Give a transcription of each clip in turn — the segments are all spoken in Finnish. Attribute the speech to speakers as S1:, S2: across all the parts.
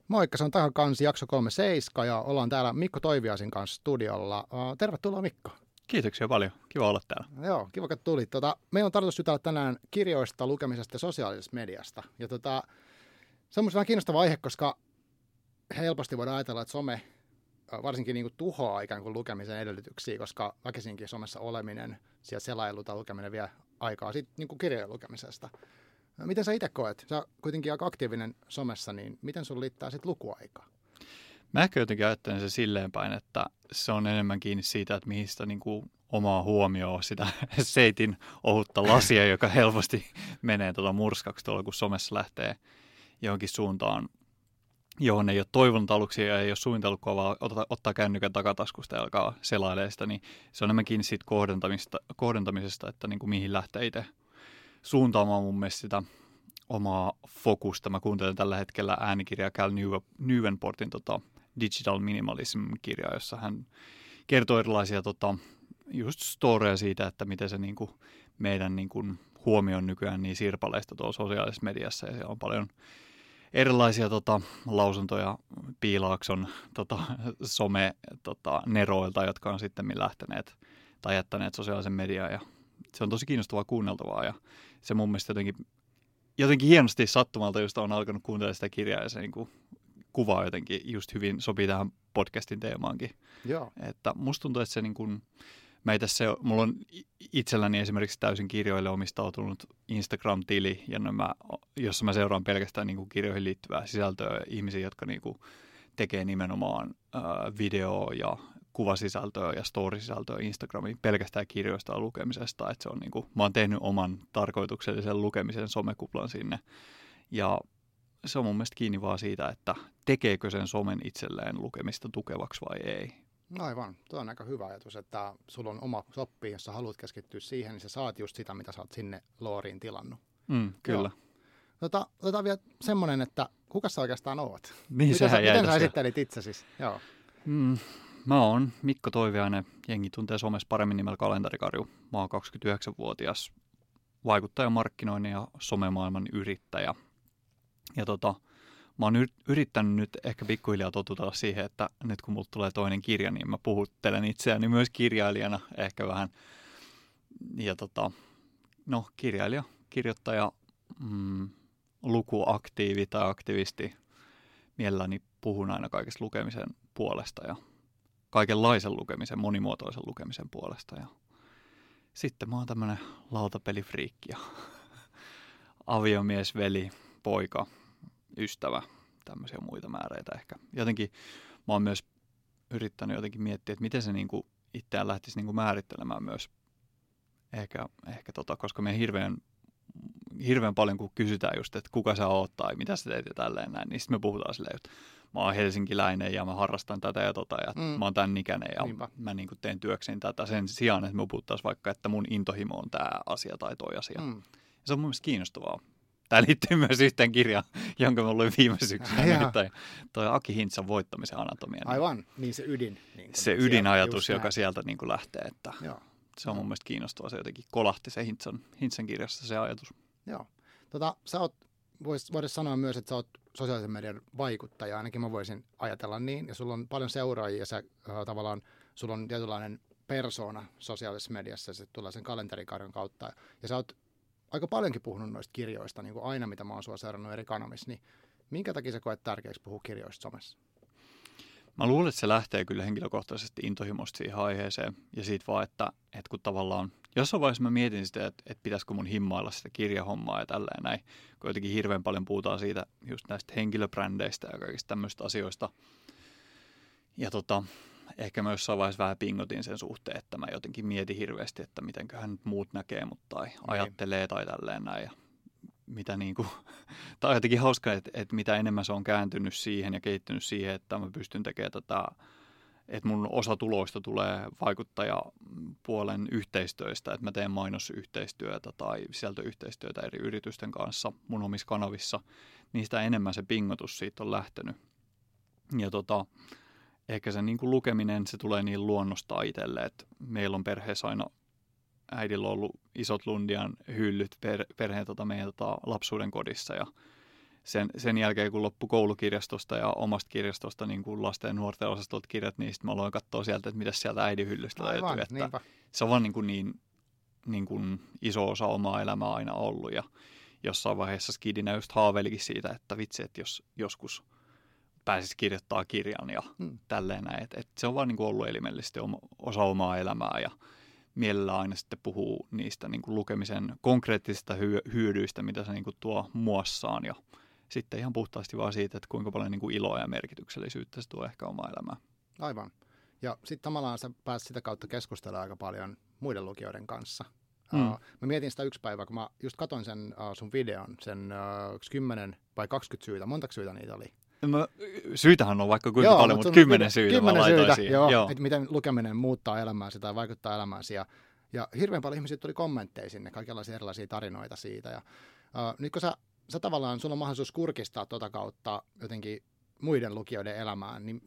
S1: Moikka, se on Tahon kansi jakso 37 ja ollaan täällä Mikko Toiviaisen kanssa studiolla. Tervetuloa Mikko.
S2: Kiitoksia paljon. Kiva olla täällä.
S1: Joo, kiva, että tulit. Meillä on tarkoitus jutella tänään kirjoista, lukemisesta ja sosiaalisesta mediasta. Ja se on minusta vähän kiinnostava aihe, koska helposti voidaan ajatella, että some varsinkin niin kuin tuhoaa ikään kuin lukemisen edellytyksiä, koska väkisinkin somessa oleminen, siellä selailu tai lukeminen vie aikaa sitten niin kuin kirjojen lukemisesta. Miten sä itse koet? Sä kuitenkin aika aktiivinen somessa, niin miten sun liittää sitten lukuaikaa?
S2: Mä ehkä jotenkin ajattelen se silleen päin, että se on enemmän kiinni siitä, että mihin sitä niin kuin omaa huomioon sitä seitin ohutta lasia, joka helposti menee murskaksi tuolla, kun somessa lähtee johonkin suuntaan, johon ei ole toivonut aluksi ja ei ole suunnitellutkaan, vaan ottaa kännykän takataskusta ja alkaa selailemaan sitä, niin se on enemmän kiinni siitä kohdentamisesta, että niin kuin mihin lähtee itse suuntaamaan mun mielestä sitä omaa fokusta. Mä kuuntelen tällä hetkellä äänikirjaa Cal Newportin Digital Minimalism-kirjaa, jossa hän kertoo erilaisia just storeja siitä, että miten se niinku meidän niinku huomio on nykyään niin sirpaleista tuolla sosiaalisessa mediassa. Ja siellä on paljon erilaisia lausuntoja Piilaakson some-neroilta, jotka on sitten lähteneet tai jättäneet sosiaalisen median. Ja se on tosi kiinnostavaa kuunneltavaa ja se mun mielestä jotenkin hienosti sattumalta just on alkanut kuuntelemaan sitä kirjaa ja se niin kuin kuvaa jotenkin just hyvin sopii tähän podcastin teemaankin.
S1: Joo.
S2: Että musta tuntuu, että se niin kuin, mulla on itselläni esimerkiksi täysin kirjoille omistautunut Instagram-tili, jossa mä seuraan pelkästään niin kuin kirjoihin liittyvää sisältöä ihmisiä, jotka niin kuin tekee nimenomaan video- ja kuvasisältöä ja story-sisältöä Instagramiin pelkästään kirjoista ja lukemisesta. Että se on niinku, mä oon tehnyt oman tarkoituksellisen lukemisen somekuplan sinne. Ja se on mun mielestä kiinni vaan siitä, että tekeekö sen somen itselleen lukemista tukevaksi vai ei.
S1: Aivan. Tuo on aika hyvä ajatus, että sulla on oma soppi, jos sä haluat keskittyä siihen, niin sä saat just sitä, mitä sä oot sinne looriin tilannut.
S2: Kyllä.
S1: Otetaan vielä semmoinen, että kuka sä oikeastaan oot?
S2: Niin,
S1: miten sä esittelit itsesi? Joo.
S2: Mä oon Mikko Toiviainen, jengi tuntee somessa paremmin nimellä Kalenterikarju. Mä oon 29-vuotias vaikuttaja, markkinoinnin ja somemaailman yrittäjä. Ja mä oon yrittänyt nyt ehkä pikkuhiljaa totutella siihen, että nyt kun mulla tulee toinen kirja, niin mä puhuttelen itseäni myös kirjailijana ehkä vähän. Ja kirjailija, kirjoittaja, lukuaktiivi tai aktivisti. Mielelläni puhun aina kaikesta lukemisen puolesta ja kaikenlaisen lukemisen, monimuotoisen lukemisen puolesta. Ja sitten mä oon tämmönen lautapelifriikki ja aviomies, veli, poika, ystävä, tämmöisiä muita määreitä ehkä. Jotenkin mä oon myös yrittänyt jotenkin miettiä, että miten se niinku itseään lähtisi niinku määrittelemään myös ehkä koska me hirveän paljon, kun kysytään just, että kuka sä oot tai mitä sä teet ja tälleen näin, niin sitten me puhutaan silleen, että mä oon helsinkiläinen ja mä harrastan tätä ja ja mä oon tän ikäinen ja niinpä. Mä niin kuin teen työkseni tätä sen sijaan, että me puhuttaisiin vaikka, että mun intohimo on tää asia tai toi asia. Ja se on mun mielestä kiinnostavaa. Tää liittyy myös yhteen kirjaan, jonka mä luin viime syksynä, nimittäin toi Aki Hintsan Voittamisen anatomia.
S1: Aivan, niin se ydin. Niin
S2: se ydinajatus, joka sieltä niin kuin lähtee, että se on mun mielestä kiinnostavaa. Se jotenkin kolahti se Hintsan kirjassa se ajatus.
S1: Joo. Sä oot, voisi sanoa myös, että sä oot sosiaalisen median vaikuttaja, ainakin mä voisin ajatella niin, ja sulla on paljon seuraajia, ja sulla on tietynlainen persoona sosiaalisessa mediassa, ja se tulee sen kalenterikarjan kautta, ja sä oot aika paljonkin puhunut noista kirjoista, niin kuin aina, mitä mä oon sua seurannut eri kanavissa, niin minkä takia sä koet tärkeäksi puhua kirjoista somessa?
S2: Mä luulen, että se lähtee kyllä henkilökohtaisesti intohimosta siihen aiheeseen, ja siitä vaan, että kun tavallaan jossain vaiheessa mä mietin sitä, että pitäisikö mun himmailla sitä kirjahommaa ja tälleen näin, kun jotenkin hirveän paljon puhutaan siitä just näistä henkilöbrändeistä ja kaikista tämmöistä asioista. Ja ehkä mä jossain vaiheessa vähän pingotin sen suhteen, että mä jotenkin mietin hirveästi, että mitenköhän nyt muut näkee mut tai ajattelee tai tälleen näin. Ja mitä niinku, tää on jotenkin hauska, että mitä enemmän se on kääntynyt siihen ja kehittynyt siihen, että mä pystyn tekemään että mun osa tuloista tulee vaikuttajapuolen yhteistyöstä, että mä teen mainosyhteistyötä tai sisältöyhteistyötä eri yritysten kanssa mun omissa kanavissa, niin sitä enemmän se pingotus siitä on lähtenyt. Ja ehkä se niin kuin lukeminen, se tulee niin luonnostaan itselle, että meillä on perheessä aina äidillä on ollut isot Lundian hyllyt perheen meidän lapsuuden kodissa ja sen jälkeen, kun loppui koulukirjastosta ja omasta kirjastosta niin kuin lasten ja nuorten osastolta kirjat, niin sitten mä aloin katsoa sieltä, että mitä sieltä äidin hyllystä löytyy. Että se on vaan niin kuin iso osa omaa elämää aina ollut. Ja jossain vaiheessa skidinä just haaveilikin siitä, että vitsi, että jos joskus pääsisi kirjoittaa kirjan ja tälleen näin. Että se on vaan niin kuin ollut elimellisesti osa omaa elämää ja mielellään aina sitten puhuu niistä niin kuin lukemisen konkreettisista hyödyistä, mitä se niin kuin tuo muassaan ja sitten ihan puhtaasti vaan siitä, että kuinka paljon niin kuin iloa ja merkityksellisyyttä se tuo ehkä omaa elämää.
S1: Aivan. Ja sitten tavallaan sä pääsit sitä kautta keskustelemaan aika paljon muiden lukijoiden kanssa. Mä mietin sitä yksi päivä, kun mä just katsoin sen sun videon, sen 10 vai 20 syytä. Montako syytä niitä oli?
S2: Syytähän on vaikka kuinka paljon, mutta 10 syytä.
S1: 10 syytä, joo. Että miten lukeminen muuttaa elämääsi tai vaikuttaa elämääsi. Ja hirveän paljon ihmisiä tuli kommentteja sinne, kaikenlaisia erilaisia tarinoita siitä. Ja nyt kun sä tavallaan, sulla on mahdollisuus kurkistaa tota kautta jotenkin muiden lukijoiden elämään, niin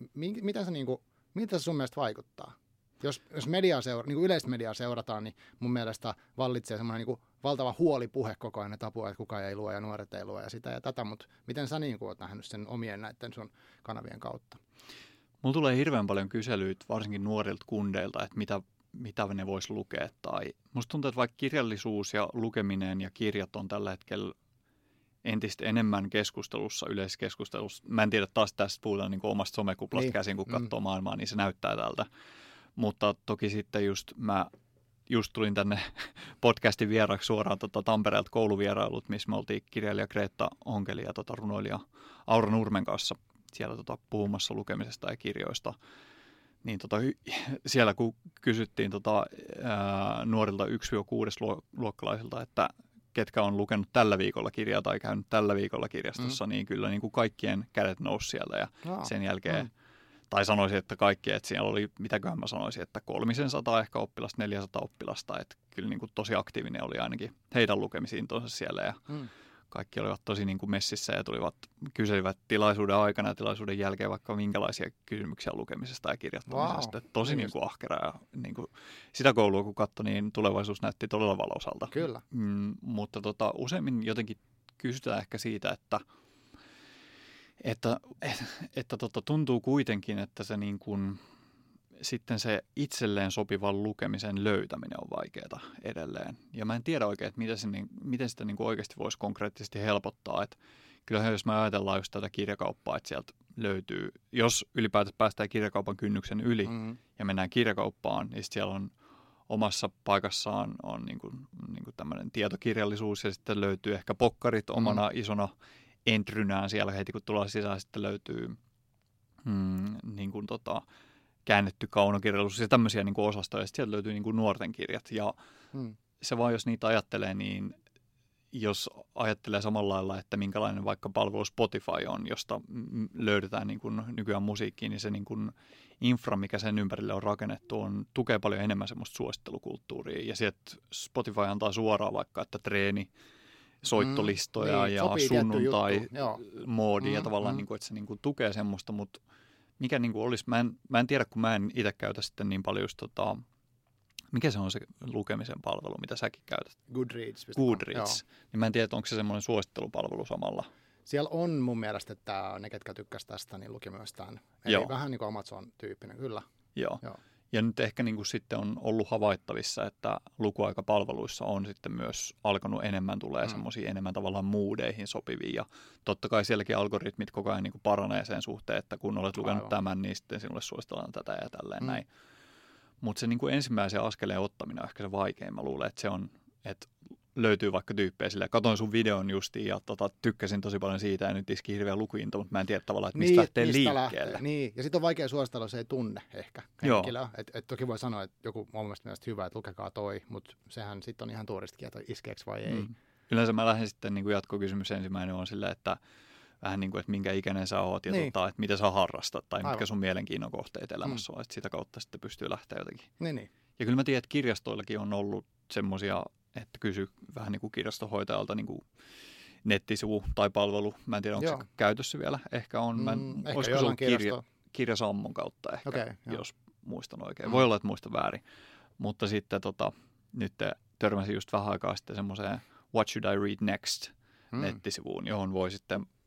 S1: mitä se sun mielestä vaikuttaa? Jos niin yleistä mediaa seurataan, niin mun mielestä vallitsee semmoinen niin valtava huolipuhe koko ajan, että apua, että kukaan ei lue ja nuoret ei lue ja sitä ja tätä, mutta miten sä niin oot nähnyt sen omien näiden sun kanavien kautta?
S2: Mulla tulee hirveän paljon kyselyitä, varsinkin nuorilta kundeilta, että mitä ne vois lukea. Tai musta tuntuu, että vaikka kirjallisuus ja lukeminen ja kirjat on tällä hetkellä entistä enemmän keskustelussa, yleiskeskustelussa. Mä en tiedä, taas tästä puhutaan niin omasta somekuplasta käsin, kun katsoo maailmaa, niin se näyttää tältä. Mutta toki sitten mä tulin tänne podcastin vieraaksi suoraan Tampereelta kouluvierailut, missä me oltiin kirjailija Greta Onkeli ja runoilija Aura Nurmen kanssa siellä puhumassa lukemisesta ja kirjoista. Niin siellä kun kysyttiin nuorilta 1-6-luokkalaisilta, että ketkä on lukenut tällä viikolla kirjaa tai käynyt tällä viikolla kirjastossa, niin kyllä niin kuin kaikkien kädet nousi siellä ja sen jälkeen tai sanoisin, että kaikki, että siellä oli, mitäköhän mä sanoisin, että 300 ehkä oppilasta, 400 oppilasta, että kyllä niin kuin tosi aktiivinen oli ainakin heidän lukemisiin tuossa siellä ja kaikki olivat tosi niin kuin messissä ja kyselivät tilaisuuden aikana ja tilaisuuden jälkeen vaikka minkälaisia kysymyksiä lukemisesta ja kirjoittamisesta. Wow. Tosi niin kuin ahkera ja niin kuin sitä koulua kun katsoi, niin tulevaisuus näytti todella valoisalta.
S1: Kyllä.
S2: Mutta useimmin jotenkin kysytään ehkä siitä, että tuntuu kuitenkin, että se niin kuin, sitten se itselleen sopivan lukemisen löytäminen on vaikeaa edelleen. Ja mä en tiedä oikein, että miten sitä niin kuin oikeasti voisi konkreettisesti helpottaa. Että kyllähän jos me ajatellaan just tätä kirjakauppaa, että sieltä löytyy, jos ylipäätään päästään kirjakaupan kynnyksen yli ja mennään kirjakauppaan, niin siellä on omassa paikassaan on niin kuin tämmöinen tietokirjallisuus ja sitten löytyy ehkä pokkarit omana isona entrynään siellä heti, kun tullaan sisään, sitten löytyy niin kuin käännetty kaunokirjallisuus ja tämmöisiä niin kuin osastoja. Sitten sieltä löytyy niin kuin nuorten kirjat. Ja se vaan, jos niitä ajattelee, niin jos ajattelee samalla lailla, että minkälainen vaikka palvelu Spotify on, josta löydetään niin kuin nykyään musiikkiin, niin se niin kuin infra, mikä sen ympärille on rakennettu, tukee paljon enemmän semmoista suosittelukulttuuria. Ja sieltä Spotify antaa suoraan vaikka, että soittolistoja ja sunnuntai-moodia ja tavallaan, niin kuin, että se niin kuin tukee semmoista, mutta mikä niin kuin olisi, mä en tiedä, kun mä en itse käytä sitten niin paljon just mikä se on se lukemisen palvelu, mitä säkin käytät? Goodreads. Niin mä en tiedä, onko se semmoinen suosittelupalvelu samalla.
S1: Siellä on mun mielestä, että ne, ketkä tykkäsivät tästä, niin luki myös tämän. Eli vähän niin kuin Amazon-tyyppinen, kyllä.
S2: Joo. Ja nyt ehkä niin kuin sitten on ollut havaittavissa, että lukuaikapalveluissa on sitten myös alkanut enemmän tulee semmoisia enemmän tavallaan moodeihin sopivia. Ja totta kai sielläkin algoritmit koko ajan niin kuin paranee sen suhteen, että kun olet lukenut tämän, niin sitten sinulle suositellaan tätä ja tälleen näin. Mutta se niin kuin ensimmäisen askeleen ottaminen on ehkä se vaikein. Mä luulen, että se on, että löytyy vaikka tyyppejä silleen. Katoin sun videon justiin ja tykkäsin tosi paljon siitä ja nyt iski hirveä lukuinto, mutta mä en tiedä tavallaan, että mistä lähtee liikkeelle.
S1: Niin, ja sitten on vaikea suositella, jos ei tunne ehkä henkilöä. Et toki voi sanoa, että joku on mielestäni hyvä, että lukekaa toi, mutta sehän sitten on ihan tuuristikin, että iskeeksi vai ei.
S2: Yleensä mä lähden sitten niin kuin jatkokysymys ensimmäinen on silleen, että vähän niin kuin, että minkä ikäinen sä oot ja että mitä sä harrastat tai mitkä sun mielenkiinnon kohteet elämässä on. Että sitä kautta sitten pystyy lähteä jotenkin.
S1: Niin.
S2: Ja kyllä mä tiedän, että kirjastoillakin on ollut semmoisia, että kysy vähän niin kuin kirjastonhoitajalta niin kuin nettisivu tai palvelu. Mä en tiedä, onko se käytössä vielä. Ehkä on. Olisiko se ollut Kirjasammon kautta ehkä, jos muistan oikein. Voi olla, että muistan väärin. Mutta sitten nyt törmäsin just vähän aikaa sitten semmoiseen What Should I Read Next nettisivuun, johon voi sitten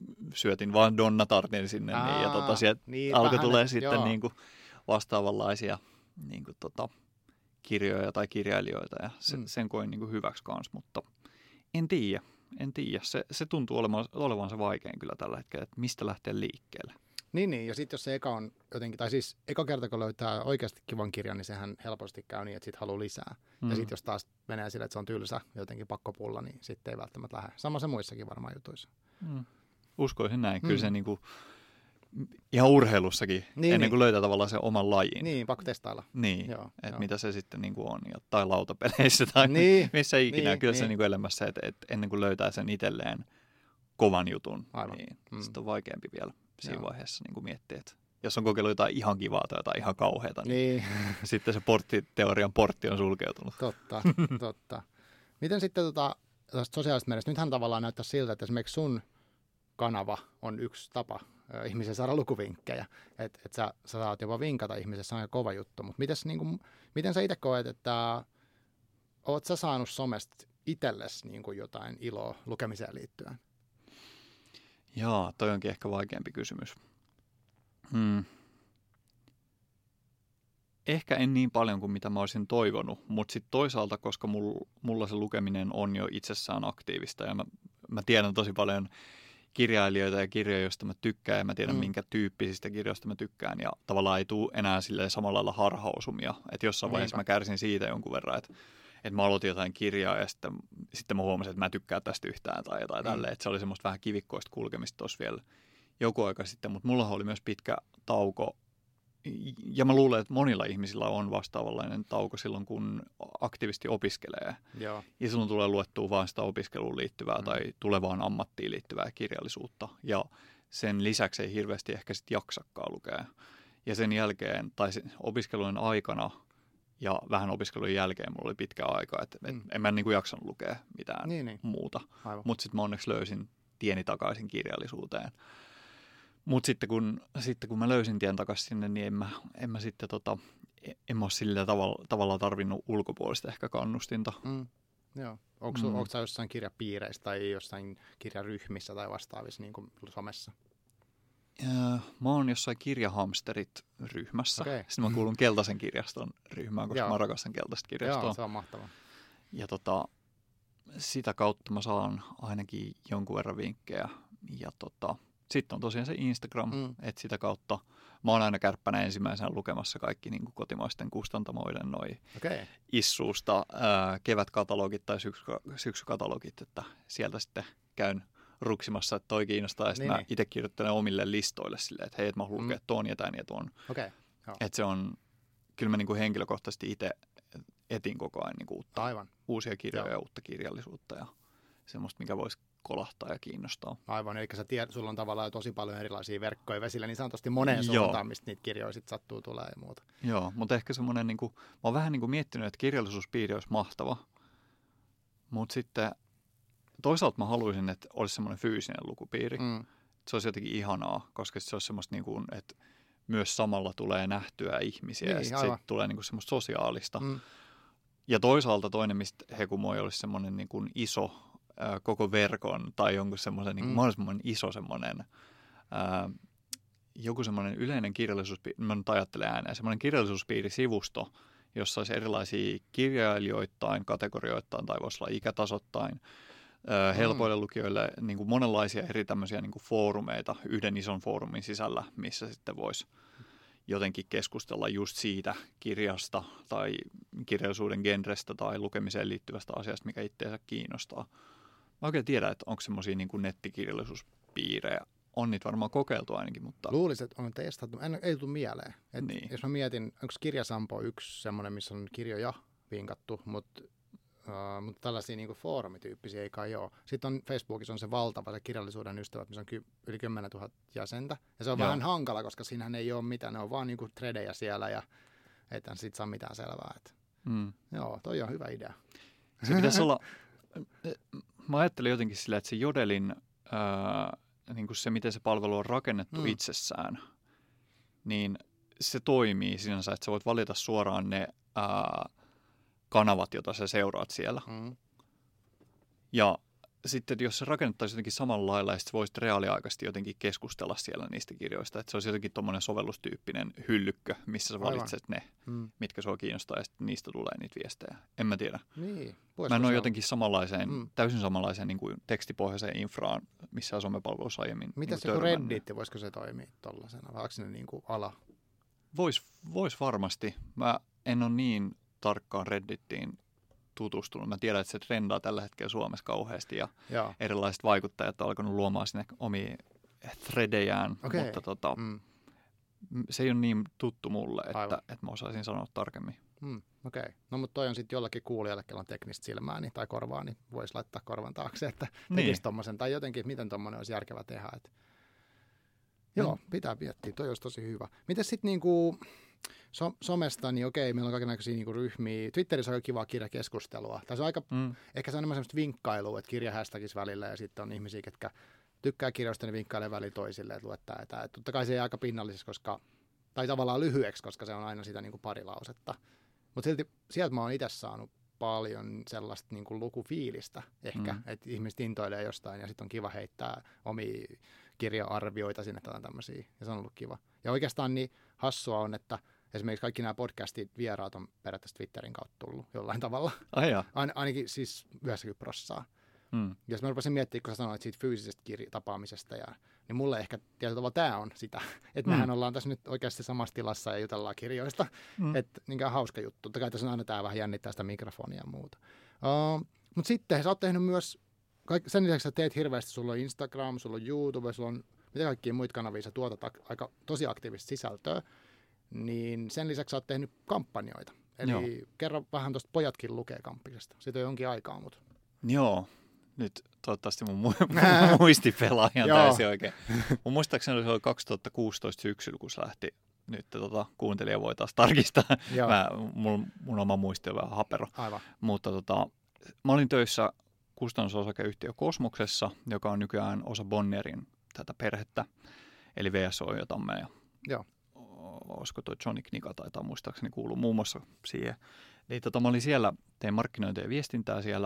S2: syötin vaan Donnatartin sinne, ja sieltä
S1: niin,
S2: alkoi
S1: vähän,
S2: tulee sitten
S1: joo.
S2: niin kuin vastaavanlaisia niin kuin kirjoja tai kirjailijoita, ja sen koin niin kuin hyväksi kanssa, mutta en tiedä. Se tuntuu olevan se vaikein kyllä tällä hetkellä, että mistä lähteä liikkeelle.
S1: Niin, ja sitten jos se eka on jotenkin, tai siis eka kerta kun löytää oikeasti kivan kirjan, niin sehän helposti käy niin, että sitten haluaa lisää. Ja sitten jos taas menee sille, että se on tylsä, jotenkin pakkopulla, niin sitten ei välttämättä lähde. Sama se muissakin varmaan jutuissa.
S2: Uskoisin näin. Kyllä se niinku, ihan urheilussakin, ennen kuin löytää tavallaan sen oman lajin.
S1: Niin, pakko testailla.
S2: Niin, että mitä se sitten niinku on, tai lautapeleissä tai missä ikinä. Kyllä se niinku elämässä, että ennen kuin löytää sen itselleen kovan jutun, niin sitten on vaikeampi vielä siinä vaiheessa niin kuin miettiä, että jos on kokeillut jotain ihan kivaa tai jotain ihan kauheata, niin sitten se teorian portti on sulkeutunut.
S1: Totta. Miten sitten tästä sosiaalisesta mediasta? Nythän tavallaan näyttää siltä, että esimerkiksi sun kanava on yksi tapa ihmisen saada lukuvinkkejä. Että sä saat jopa vinkata ihmisessä, se on aika kova juttu. Mutta miten sä itse koet, että oot sä saanut somesta itsellesi niin kuin jotain iloa lukemiseen liittyen?
S2: Jaa, toi onkin ehkä vaikeampi kysymys. Ehkä en niin paljon kuin mitä mä olisin toivonut, mutta sitten toisaalta, koska mulla se lukeminen on jo itsessään aktiivista ja mä tiedän tosi paljon kirjailijoita ja kirjoja, joista mä tykkään ja mä tiedän minkä tyyppisistä kirjoista mä tykkään ja tavallaan ei tule enää silleen samalla lailla harhaosumia. Että jossain vaiheessa mä kärsin siitä jonkun verran, että mä aloitin jotain kirjaa ja sitten mä huomasin, että mä en tykkää tästä yhtään tai jotain tälleen. Että se oli semmoista vähän kivikkoista kulkemista tuossa vielä joku aika sitten, mutta mulla oli myös pitkä tauko. Ja mä luulen, että monilla ihmisillä on vastaavanlainen tauko silloin, kun aktiivisesti opiskelee.
S1: Joo.
S2: Ja silloin tulee luettua vaan sitä opiskeluun liittyvää tai tulevaan ammattiin liittyvää kirjallisuutta. Ja sen lisäksi ei hirveästi ehkä sitten jaksakaan lukea. Ja sen jälkeen, tai opiskelujen aikana ja vähän opiskelun jälkeen mulla oli pitkä aika, että en mä niin kuin jaksanut lukea mitään muuta. Mutta sitten mä onneksi löysin tieni takaisin kirjallisuuteen. Mutta sitten kun mä löysin tien takaisin sinne, niin en mä sitten en mä ole sillä tavalla tarvinnut ulkopuolista ehkä kannustinta.
S1: Joo. Onko sä jossain kirjapiireissä tai jossain kirjaryhmissä tai vastaavissa niin kuin somessa?
S2: Mä oon jossain kirjahamsterit-ryhmässä. Okay. Sitten mä kuulun Keltaisen kirjaston ryhmään, koska mä rakastan Keltaista kirjastoa.
S1: Joo, se on mahtavaa.
S2: Ja sitä kautta mä saan ainakin jonkun verran vinkkejä. Ja sitten on tosiaan se Instagram, että sitä kautta mä oon aina kärppänä ensimmäisenä lukemassa kaikki niin kuin kotimaisten kustantamoiden issuusta kevätkatalogit tai syksykatalogit, että sieltä sitten käyn ruksimassa, että toi kiinnostaa, ja sitten mä itse kirjoittelen omille listoille silleen, että hei, että mä haluan lukea tuon ja tämän ja tuon.
S1: Okay.
S2: Että se on, kyllä mä niin kuin henkilökohtaisesti itse etin koko ajan niin kuin uusia kirjoja ja uutta kirjallisuutta ja semmoista, mikä voisi kolahtaa ja kiinnostaa.
S1: Aivan, eli sä tiedät, sulla on tavallaan tosi paljon erilaisia verkkoja vesillä, niin sanotusti moneen suuntaan, mistä niitä kirjoja sit sattuu tulee ja muuta.
S2: Joo, mutta ehkä semmoinen, niin kuin, mä oon vähän niin kuin miettinyt, että kirjallisuuspiiri olisi mahtava, mutta sitten toisaalta mä haluaisin, että olisi semmoinen fyysinen lukupiiri. Se olisi jotenkin ihanaa, koska se olisi semmoista, niin kuin, että myös samalla tulee nähtyä ihmisiä ja sitten tulee niin kuin semmoista sosiaalista. Ja toisaalta toinen, mistä hekumoi olisi semmoinen niin kuin iso koko verkon tai jonkun semmoisen niin mahdollisimman iso semmoinen joku semmoinen yleinen kirjallisuuspiiri, mä nyt ajattelen ääneen, semmoinen kirjallisuuspiirisivusto, jossa olisi erilaisia kirjailijoittain, kategorioittain tai voisi olla ikätasottain, helpoille lukijoille niin kuin monenlaisia eri tämmöisiä niin kuin foorumeita yhden ison foorumin sisällä, missä sitten voisi jotenkin keskustella just siitä kirjasta tai kirjallisuuden genrestä tai lukemiseen liittyvästä asiasta, mikä itseensä kiinnostaa. Mä oikein tiedän, että onko semmoisia niin kuin nettikirjallisuuspiirejä. On niitä varmaan kokeiltu ainakin, mutta
S1: luulisin, että on testattu. Ei tule mieleen. Jos mä mietin, onko Kirjasampo yksi semmoinen, missä on kirjoja vinkattu, mutta tällaisia niin kuin foorumityyppisiä ei kai ole. Sitten on Facebookissa on se valtava se kirjallisuuden ystävät, missä on yli 10 000 jäsentä. Ja se on vähän hankala, koska siinähän ei ole mitään. Ne on vaan niin kuin threadejä siellä ja ei tämän siitä saa mitään selvää. Joo, toi on hyvä idea.
S2: Se pitäisi olla, mä ajattelin jotenkin sillä, että se Jodelin, niin kuin se miten se palvelu on rakennettu itsessään, niin se toimii sinänsä, että sä voit valita suoraan ne kanavat, joita sä seuraat siellä. Ja sitten jos se rakennettaisiin jotenkin samalla lailla, ja sitten voisit reaaliaikaisesti jotenkin keskustella siellä niistä kirjoista, että se olisi jotenkin tuommoinen sovellustyyppinen hyllykkö, missä sä valitset ne, mitkä sua kiinnostaa, ja sitten niistä tulee niitä viestejä. En mä tiedä.
S1: Niin.
S2: Mä en ole jotenkin samanlaiseen, täysin samanlaiseen niin kuin tekstipohjaiseen infraan, missä somepalvelussa aiemmin.
S1: Mitä se Reddit, voisiko se toimia tollasena, vai onko se niin kuin ala?
S2: Vois varmasti. Mä en ole niin tarkkaan Reddittiin tutustunut. Mä tiedän, että se trendaa tällä hetkellä Suomessa kauheasti ja erilaiset vaikuttajat on alkanut luomaan sinne omia threadejään, mutta se ei ole niin tuttu mulle, että mä osaisin sanoa tarkemmin.
S1: Okei. No mutta toi on sitten jollakin kuulijalle, kello on teknistä silmää tai korvaa, niin voisi laittaa korvan taakse, että tekisi tommosen. Tai jotenkin, miten tommonen olisi järkevä tehdä. Joo, pitää miettiä. Toi olisi tosi hyvä. Miten sitten niinku somesta, niin okei, meillä on kaikenlaisia niinku ryhmiä. Twitterissä on kivaa kirjakeskustelua. Tai se on aika, ehkä se on enemmän semmoista vinkkailua, että kirjahästäkis välillä ja sitten on ihmisiä, ketkä tykkää kirjoista, niin vinkkailee välillä toisille, että luettaa jotain. Totta kai se ei aika pinnallisessa, tai tavallaan lyhyeksi, koska se on aina sitä niinku pari lausetta. Mutta silti sieltä mä oon itse saanut paljon sellaista niinku lukufiilistä ehkä, että ihmiset intoilee jostain ja sitten on kiva heittää omia kirja-arvioita sinne tai tämmöisiä, ja se on ollut kiva. Ja oikeastaan niin hassua on, että esimerkiksi kaikki nämä podcastit vieraat on periaatteessa Twitterin kautta tullut jollain tavalla. Ainakin siis 90%. Jos mä rupesin miettimään, kun sä sanoit siitä fyysisestä tapaamisesta, niin mulle ehkä tietyllä tavalla tämä on sitä, että mehän ollaan tässä nyt oikeasti samassa tilassa ja jutellaan kirjoista, että niinkään hauska juttu. Totta kai tässä on aina tämä vähän jännittää sitä mikrofonia ja muuta. Mutta sitten sä oot tehnyt myös, sen lisäksi sä teet hirveästi, sulla on Instagram, sulla on YouTube, sulla on mitä kaikkia muita kanavia, sä tuotat aika tosi aktiivista sisältöä, niin sen lisäksi sä oot tehnyt kampanjoita. Eli kerro vähän tuosta Pojatkin lukee -kamppisesta. Siitä on jonkin aikaa, mutta...
S2: Joo. Nyt toivottavasti mun muisti pelaa ihan täysin oikein. Mun muistaakseni se oli 2016 syksyllä, kun se lähti. Nyt kuuntelija voi taas tarkistaa. Mun oma muisti on vähän hapero.
S1: Aivan.
S2: Mutta mä olin töissä kustannusosakeyhtiö Kosmoksessa, joka on nykyään osa Bonnierin tätä perhettä. Eli VSO Jotamme ja olisiko tuo Johnny Knika taitaa muistaakseni kuuluu muun muassa siihen. Eli mä olin siellä, tein markkinointia ja viestintää siellä.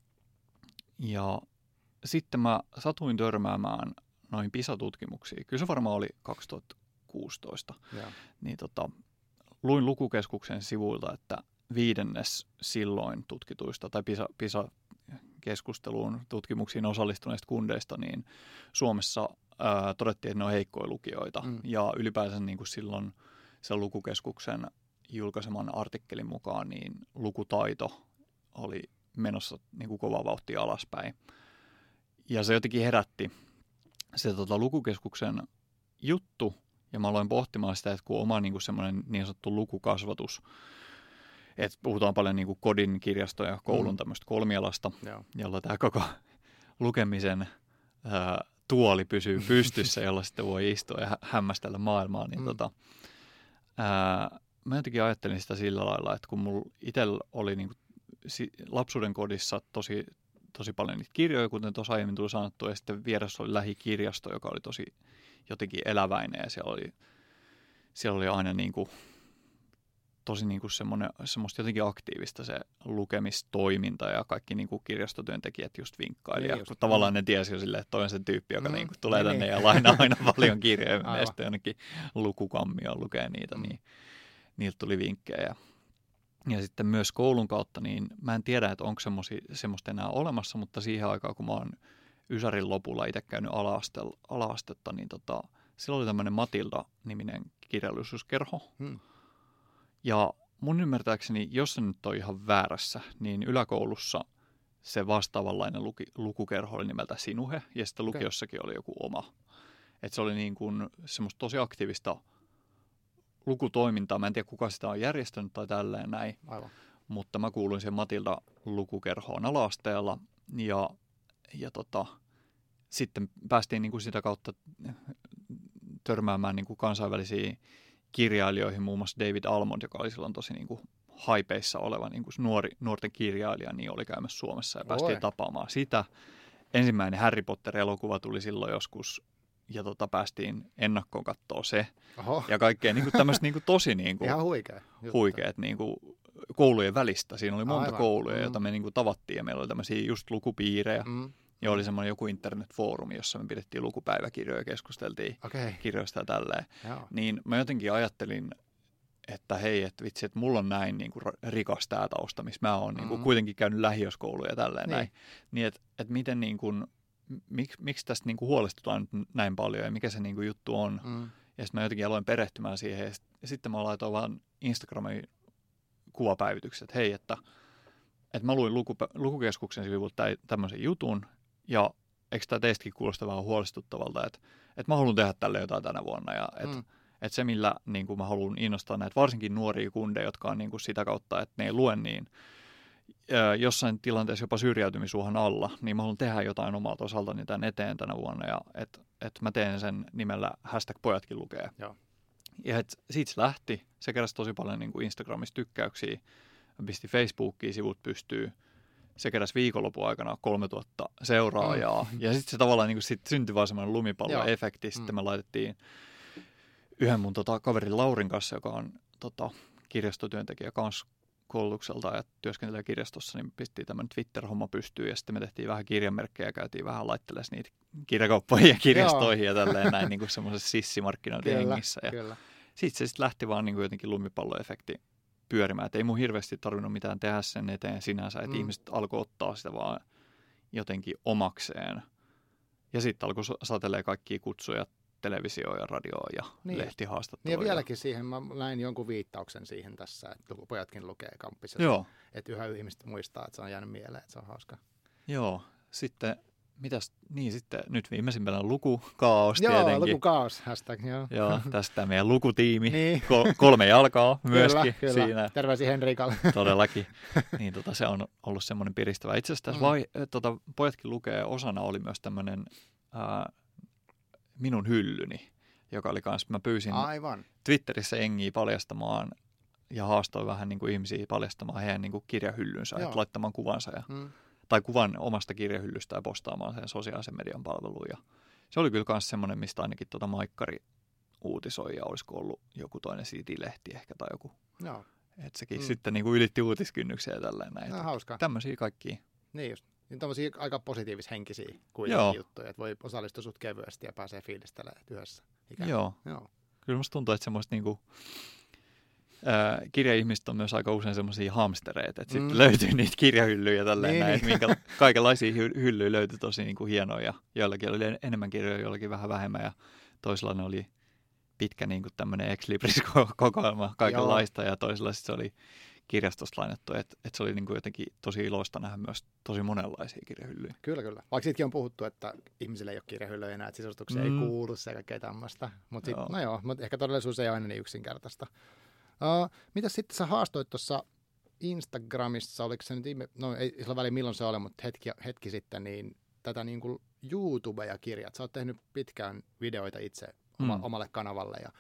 S2: Ja sitten mä satuin törmäämään noihin PISA-tutkimuksiin. Kyllä se varmaan oli 2016. Niin luin Lukukeskuksen sivuilta, että 5. silloin tutkituista tai PISA-keskusteluun tutkimuksiin osallistuneista kundeista, niin Suomessa todettiin, että ne on heikkoja lukijoita. Ja ylipäänsä niin kuin silloin sen Lukukeskuksen julkaiseman artikkelin mukaan, niin lukutaito oli menossa niin kuin kovaa vauhtia alaspäin. Ja se jotenkin herätti se Lukukeskuksen juttu, ja mä aloin pohtimaan sitä, että kun oma niin kuin semmoinen niin sanottu lukukasvatus, että puhutaan paljon niin kuin kodin, kirjaston ja koulun tämmöistä kolmialasta, jolla tämä koko lukemisen tuoli pysyy pystyssä, jolla sitten voi istua ja hämmästellä maailmaa, niin mä jotenkin ajattelin sitä sillä lailla, että kun mulla itsellä oli niin kuin lapsuuden kodissa tosi paljon niitä kirjoja, kuten tuossa aiemmin tuli sanottu, ja sitten vieressä oli lähikirjasto, joka oli tosi jotenkin eläväinen, ja siellä oli aina niin kuin, tosi niin kuin semmoista jotenkin aktiivista se lukemistoiminta, ja kaikki niin kuin kirjastotyöntekijät just vinkkaili, ja tavallaan ne tiesi jo silleen, että toi on se tyyppi, joka niin kuin tulee tänne ja lainaa aina paljon kirjoja, ja sitten jonnekin lukukammioon lukee niitä, niin niiltä tuli vinkkejä. Ja sitten myös koulun kautta, niin mä en tiedä, että onko semmoista enää olemassa, mutta siihen aikaan, kun mä oon Ysärin lopulla itse käynyt ala-astetta, niin silloin oli tämmöinen Matilda-niminen kirjallisuuskerho. Ja mun ymmärtääkseni, jos se nyt on ihan väärässä, niin yläkoulussa se vastaavanlainen lukukerho oli nimeltä Sinuhe, ja sitten lukiossakin oli joku oma. Että se oli niin kuin semmoista tosi aktiivista lukutoimintaa. Mä en tiedä, kuka sitä on järjestänyt tai tälleen näin.
S1: Aivan.
S2: Mutta mä kuuluin siihen Matilda-lukukerhoon ala-asteella ja sitten päästiin niin kuin sitä kautta törmäämään niin kuin kansainvälisiin kirjailijoihin, muun muassa David Almond, joka oli silloin tosi niin kuin haipeissa oleva niin kuin nuorten kirjailija, niin oli käymässä Suomessa ja päästiin tapaamaan sitä. Ensimmäinen Harry Potter-elokuva tuli silloin joskus ja päästiin ennakkoon katsoa se.
S1: Oho.
S2: Ja kaikkea niin kuin tämmöistä niin kuin tosi niin kuin
S1: ihan
S2: huikeat niin kuin koulujen välistä. Siinä oli monta kouluja, joita me niin kuin tavattiin ja meillä oli tämmöisiä just lukupiirejä. Ja oli semmoinen joku internetfoorumi, jossa me pidettiin lukupäiväkirjoja, keskusteltiin kirjoista ja tälleen.
S1: Joo.
S2: Niin mä jotenkin ajattelin, että hei, että vitsi, että mulla on näin niin kuin rikas tää tausta, missä mä oon niin kuin kuitenkin käynyt lähiöskouluja ja tälleen näin. Niin että miten niin kuin, miksi tästä niin kuin huolestutaan nyt näin paljon ja mikä se niin kuin juttu on. Ja sitten mä jotenkin aloin perehtymään siihen ja sitten mä laitoin vaan Instagramiin kuvapäivitykset, että hei, että mä luin lukukeskuksen sivulta tämmöisen jutun ja eikö tämä teistäkin kuulosta vähän huolestuttavalta, että mä haluan tehdä tälle jotain tänä vuonna ja että se, millä niin kuin mä haluan innostaa näitä varsinkin nuoria kundeja, jotka on niin kuin sitä kautta, että ne ei lue niin jossain tilanteessa jopa syrjäytymisuhan alla, niin mä haluan tehdä jotain omalta osaltani tämän eteen tänä vuonna ja että mä teen sen nimellä #pojatkin lukee.
S1: Joo.
S2: Ja siitä se lähti. Se keräsi tosi paljon niin kuin Instagramissa tykkäyksiä, pisti Facebookiin sivut pystyy. Se keräsi viikonlopun aikana 3000 seuraajaa. Ja sitten se tavallaan niin kuin sit syntyi vaan semmoinen lumipalloefekti. Sitten me laitettiin yhden mun kaverin Laurin kanssa, joka on kirjastotyöntekijä kanssa koulutukselta ja työskentelee kirjastossa, niin pistiin tämmöinen Twitter-homma pystyyn ja sitten me tehtiin vähän kirjamerkkejä ja käytiin vähän laittelee niitä kirjakauppoihin ja kirjastoihin ja tälleen näin niin kuin semmoisessa sissimarkkinointihengissä. Ja siitä se sitten lähti vaan niin kuin jotenkin lumipalloefekti pyörimään, että ei mun hirveästi tarvinnut mitään tehdä sen eteen sinänsä, että ihmiset alkoi ottaa sitä vaan jotenkin omakseen. Ja sitten alkoi satelee kaikkia kutsuja televisioon ja radioon ja lehtihaastatteluja.
S1: Niin ja vieläkin siihen, mä näin jonkun viittauksen siihen tässä, että pojatkin lukee kampissa. Että yhä ihmiset muistaa, että se on jäänyt mieleen, että se on hauska.
S2: Joo, sitten sitten nyt viimeisimpänä on lukukaos tietenkin.
S1: Joo, lukukaos, hashtag, joo.
S2: Joo, tästä meidän lukutiimi, niin. 3 jalkaa myöskin
S1: kyllä.
S2: siinä.
S1: Terveisiä Henrikalle.
S2: Todellakin, niin se on ollut semmoinen piristävä. Itse asiassa tässä pojatkin lukee osana oli myös tämmöinen minun hyllyni, joka oli kanssa, mä pyysin Twitterissä jengiä paljastamaan ja haastoin vähän niin kuin ihmisiä paljastamaan heidän niin kuin kirjahyllynsä, että laittamaan kuvansa tai kuvan omasta kirjahyllystä ja postaamaan sen sosiaalisen median palveluun. Ja se oli kyllä myös semmoinen, mistä ainakin Maikkari uutisoi ja olisiko ollut joku toinen City-lehti ehkä tai joku.
S1: Joo.
S2: Että sekin sitten niin kuin ylitti uutiskynnyksen ja tälleen näin.
S1: No, hauskaa.
S2: Tämmöisiä kaikkia.
S1: Niin just. Niin tämmöisiä aika positiivishenkisiä kuitenkin juttuja, että voi osallistua sut kevyesti ja pääsee fiilistelemään yhdessä.
S2: Joo. Kyllä musta tuntuu, että semmoista niinku kirjaihmiset on myös aika usein semmoisia hamstereita, että sitten löytyy niitä kirjahyllyjä tälleen näin, että minkä kaikenlaisia hyllyjä löytyi tosi niinku hienoja. Joillakin oli enemmän kirjoja, joillakin vähän vähemmän ja toisella ne oli pitkä niinku tämmöinen ex libris-kokoelma kaikenlaista ja toisella sitten se oli kirjastosta lainattu, että se oli niinku jotenkin tosi iloista nähdä myös tosi monenlaisia kirjahyllyjä.
S1: Kyllä. Vaikka siitäkin on puhuttu, että ihmisille ei ole kirjahyllyjä enää, että sisustuksia ei kuulu se ja kaikkea tämmöistä. Mutta ehkä todellisuus ei ole aina niin yksinkertaista. Mitä sitten sä haastoit tuossa Instagramissa, oliko se nyt ei sillä väliin milloin se oli, mutta hetki sitten, niin tätä niin kuin YouTube ja kirjat. Sä oot tehnyt pitkään videoita itse omalle kanavalle ja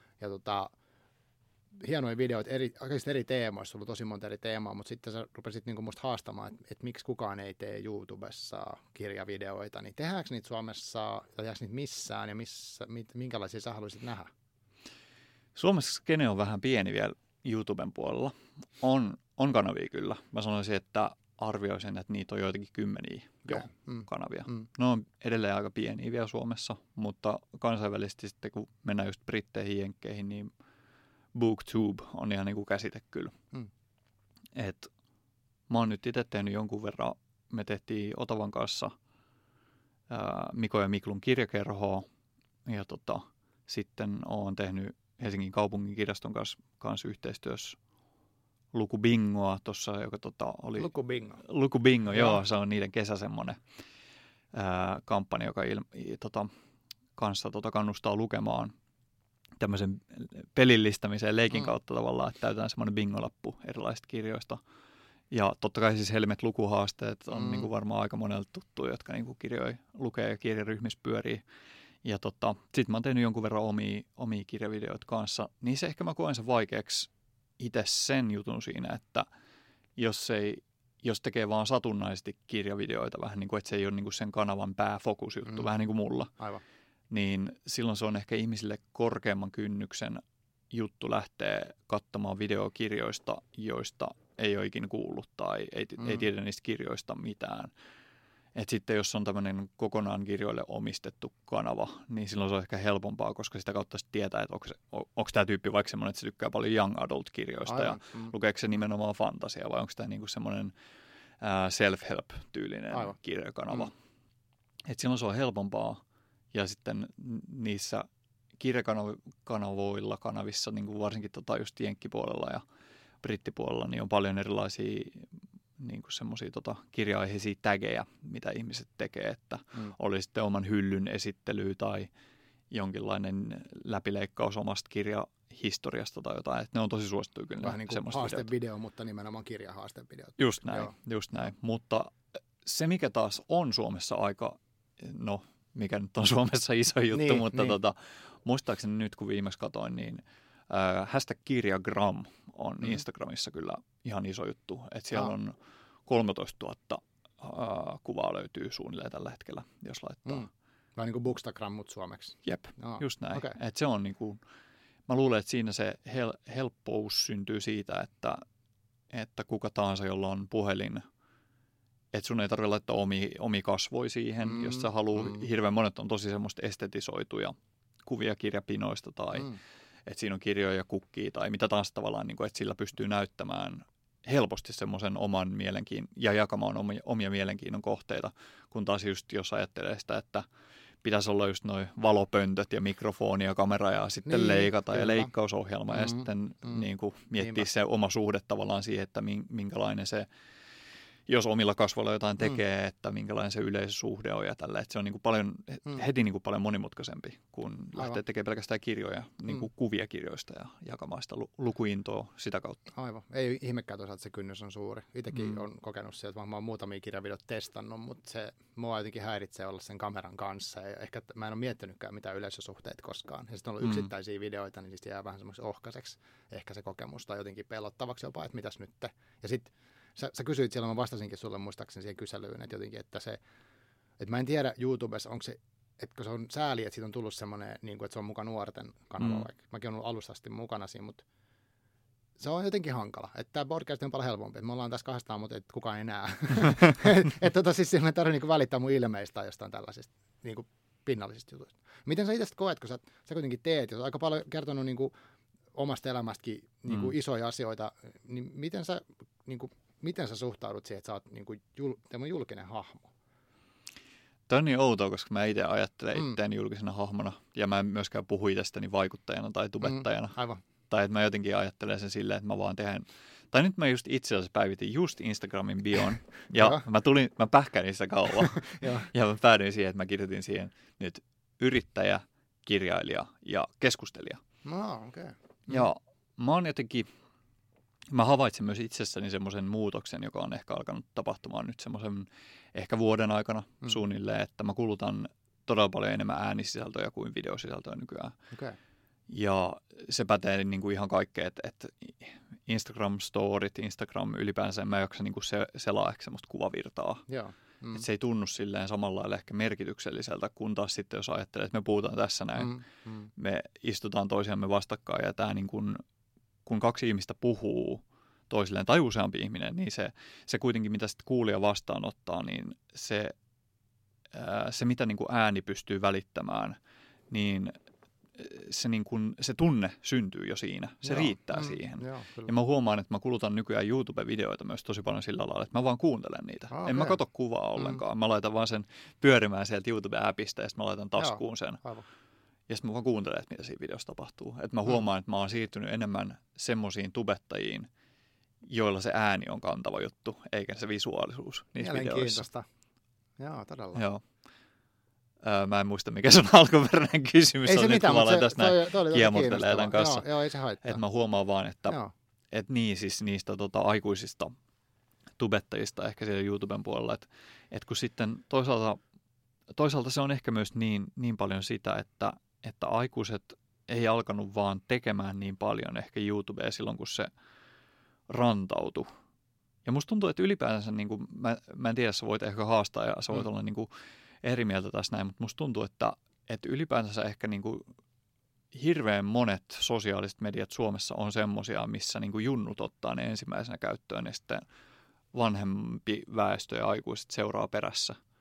S1: hienoja videoita eri teemoissa, sulla on tosi monta eri teemaa, mutta sitten sä rupesit niin kuin musta haastamaan, että miksi kukaan ei tee YouTubessa kirjavideoita, niin tehdäänkö niitä Suomessa, tai tehdäänkö niitä missään, ja minkälaisia sä haluaisit nähdä?
S2: Suomessa skene on vähän pieni vielä YouTuben puolella. On kanavia kyllä. Mä sanoisin, että arvioisin, että niitä on joitakin kymmeniä kanavia. Ne on edelleen aika pieniä vielä Suomessa, mutta kansainvälisesti sitten kun mennään just Britteihin, Jenkkeihin, niin BookTube on ihan niin kuin käsite kyllä. Et mä oon nyt itse tehnyt jonkun verran, me tehtiin Otavan kanssa Miko ja Miklun kirjakerhoa ja sitten oon tehnyt Helsingin kaupungin kirjaston kanssa yhteistyössä Lukubingoa tuossa, joka oli... Lukubingo, joo, se on niiden kesä semmoinen kampanja, joka kanssa kannustaa lukemaan tämmöisen pelillistämisen leikin kautta tavallaan, että täytetään semmoinen bingolappu erilaisista kirjoista. Ja totta kai siis Helmet lukuhaasteet on niin kuin varmaan aika monelle tuttuja, jotka niin kuin kirjoja lukee ja kirjaryhmissä pyörii. Ja sitten mä oon tehnyt jonkun verran omia kirjavideoita kanssa, niin se ehkä mä koen sen vaikeaksi itse sen jutun siinä, että jos tekee vaan satunnaisesti kirjavideoita, vähän niin kuin, että se ei ole niin kuin sen kanavan pääfokusjuttu, vähän niin kuin mulla.
S1: Aivan.
S2: Niin silloin se on ehkä ihmisille korkeamman kynnyksen juttu lähteä katsomaan videokirjoista, joista ei ole ikinä kuullut tai ei tiedä niistä kirjoista mitään. Et sitten jos on tämmöinen kokonaan kirjoille omistettu kanava, niin silloin se on ehkä helpompaa, koska sitä kautta sitten tietää, että onko tämä tyyppi vaikka semmoinen, että se tykkää paljon young adult-kirjoista ja lukeeko se nimenomaan fantasia vai onko tämä niinku semmoinen self-help-tyylinen kirjakanava. Et silloin se on helpompaa ja sitten niissä kanavissa, niin kuin varsinkin just jenkkipuolella ja brittipuolella, niin on paljon erilaisia niin kuin semmoisia kirja-aiheisia tägejä, mitä ihmiset tekee, että oli sitten oman hyllyn esittely tai jonkinlainen läpileikkaus omasta kirjahistoriasta tai jotain, että ne on tosi suosittuja kyllä.
S1: Vähän niin kuin haastevideo, mutta nimenomaan kirjahaastevideo.
S2: Just näin, mutta se mikä taas on Suomessa aika, no mikä nyt on Suomessa iso juttu, mutta muistaakseni nyt kun viimeksi katsoin, niin #kirjagram on Instagramissa kyllä ihan iso juttu. Että siellä on 13 000 kuvaa löytyy suunnilleen tällä hetkellä, jos laittaa.
S1: Vai niin kuin Bookstagram, mutta suomeksi.
S2: Jep, just näin. Okay. Että se on niin kuin, mä luulen, että siinä se helppous syntyy siitä, että kuka tahansa, jolla on puhelin, että sun ei tarvitse laittaa omia kasvoja siihen, jos sä haluat. Hirveän monet on tosi semmoista estetisoituja kuvia kirjapinoista tai että siinä on kirjoja ja kukkia tai mitä tahansa tavallaan, niin kuin, että sillä pystyy näyttämään helposti semmoisen oman ja jakamaan omia mielenkiinnon kohteita, kun taas just jos ajattelee sitä, että pitäisi olla just noi valopöntöt ja mikrofoni ja kamera ja sitten leikata ja leikkausohjelma ja sitten niin kuin miettiä se oma suhde tavallaan siihen, että minkälainen se, jos omilla kasvoilla jotain tekee, että minkälainen se yleisösuhde on ja tällä. Että se on niin kuin heti niin kuin paljon monimutkaisempi, kun lähtee tekemään pelkästään kirjoja, niin kuin kuvia kirjoista ja jakamaan sitä lukuintoa sitä kautta.
S1: Aivan. Ei ihmekään toisaalta, se kynnys on suuri. Itsekin olen kokenut sieltä, että mä oon muutamia kirjavideot testannut, mutta se mua jotenkin häiritsee olla sen kameran kanssa. Ja ehkä mä en ole miettinytkään mitään yleisösuhteita koskaan. Ja sitten on ollut yksittäisiä videoita, niin siis jää vähän semmoiseksi ohkaiseksi ehkä se kokemus tai jotenkin pelottavaksi jopa, että mitäs nyt. Ja sitten Sä kysyit siellä, mä vastasinkin sulle muistaakseni siihen kyselyyn, että jotenkin, että mä en tiedä YouTubessa, onko se, että se on sääli, että siitä on tullut semmoinen, niin kuin, että se on muka nuorten kanava, vaikka mäkin olen ollut alusta asti mukana siinä, mutta se on jotenkin hankala. Että tämä podcast on paljon helpompi, että me ollaan tässä kahdestaan, mutta et kukaan ei näe. Että siis mä tarvitsen niin välittää mun ilmeistä jostain tällaisista niin kuin pinnallisista jutuista. Miten sä itse koet, kun sä kuitenkin teet, ja sä oot aika paljon kertonut niin kuin omasta elämästäkin niin kuin isoja asioita, niin miten sä suhtaudut siihen, että sä oot niin kuin julkinen hahmo?
S2: Tämä on niin outoa, koska mä itse ajattelen itseäni julkisena hahmona, ja mä en myöskään puhu itsestäni vaikuttajana tai tubettajana.
S1: Aivan.
S2: Tai että mä jotenkin ajattelen sen silleen, että mä vaan tehdään. Tai nyt mä just itse asiassa päivitin just Instagramin bion, ja mä pähkäin sitä kauan, ja mä päädyin siihen, että mä kirjoitin siihen nyt yrittäjä, kirjailija ja keskustelija.
S1: Okay.
S2: Ja mä oon jotenkin, mä havaitsen myös itsessäni semmoisen muutoksen, joka on ehkä alkanut tapahtumaan nyt semmoisen ehkä vuoden aikana suunnilleen, että mä kulutan todella paljon enemmän äänisisältöjä kuin videosisältöä nykyään.
S1: Okay.
S2: Ja se pätee niin kuin ihan kaikkeen, että Instagram-storit, Instagram ylipäänsä, mä en jaksa niin kuin selaa ehkä semmoista kuvavirtaa.
S1: Joo.
S2: Että se ei tunnu silleen samalla lailla ehkä merkitykselliseltä, kun taas sitten jos ajattelee, että me puhutaan tässä näin, me istutaan toisiamme vastakkain ja tämä niin kuin, kun kaksi ihmistä puhuu toisilleen tai useampi ihminen, niin se kuitenkin mitä sitten kuulija vastaanottaa, niin se mitä niin kuin ääni pystyy välittämään, niin niin kuin, se tunne syntyy jo siinä. Se riittää siihen. Ja mä huomaan, että mä kulutan nykyään YouTube-videoita myös tosi paljon sillä lailla, että mä vaan kuuntelen niitä. En mä katso kuvaa ollenkaan. Mä laitan vaan sen pyörimään sieltä YouTube-appista ja sitten mä laitan taskuun sen. Ja sitten mä vaan kuuntelen, että mitä siinä videossa tapahtuu. Että mä huomaan, että mä oon siirtynyt enemmän semmoisiin tubettajiin, joilla se ääni on kantava juttu, eikä se visuaalisuus niissä videoissa.
S1: Joo, todella.
S2: Joo. Mä en muista, mikä sun alkuperäinen kysymys
S1: ei
S2: on
S1: se
S2: nyt,
S1: mitään,
S2: kun mä aloin tässä näin kiemurtelee tämän kanssa.
S1: Joo, ei se haittaa.
S2: Että mä huomaan vaan, että niin siis niistä aikuisista tubettajista ehkä siellä YouTuben puolella, että kun sitten toisaalta se on ehkä myös niin paljon sitä, että aikuiset ei alkanut vaan tekemään niin paljon ehkä YouTubea silloin, kun se rantautui. Ja musta tuntuu, että ylipäänsä, niin kuin, mä en tiedä, sä voit ehkä haastaa ja sä voit olla niin kuin eri mieltä tässä näin, mutta musta tuntuu, että ylipäänsä ehkä niin kuin hirveän monet sosiaaliset mediat Suomessa on semmoisia, missä niin kuin junnut ottaa ne ensimmäisenä käyttöön ja sitten vanhempi väestö ja aikuiset seuraa perässä.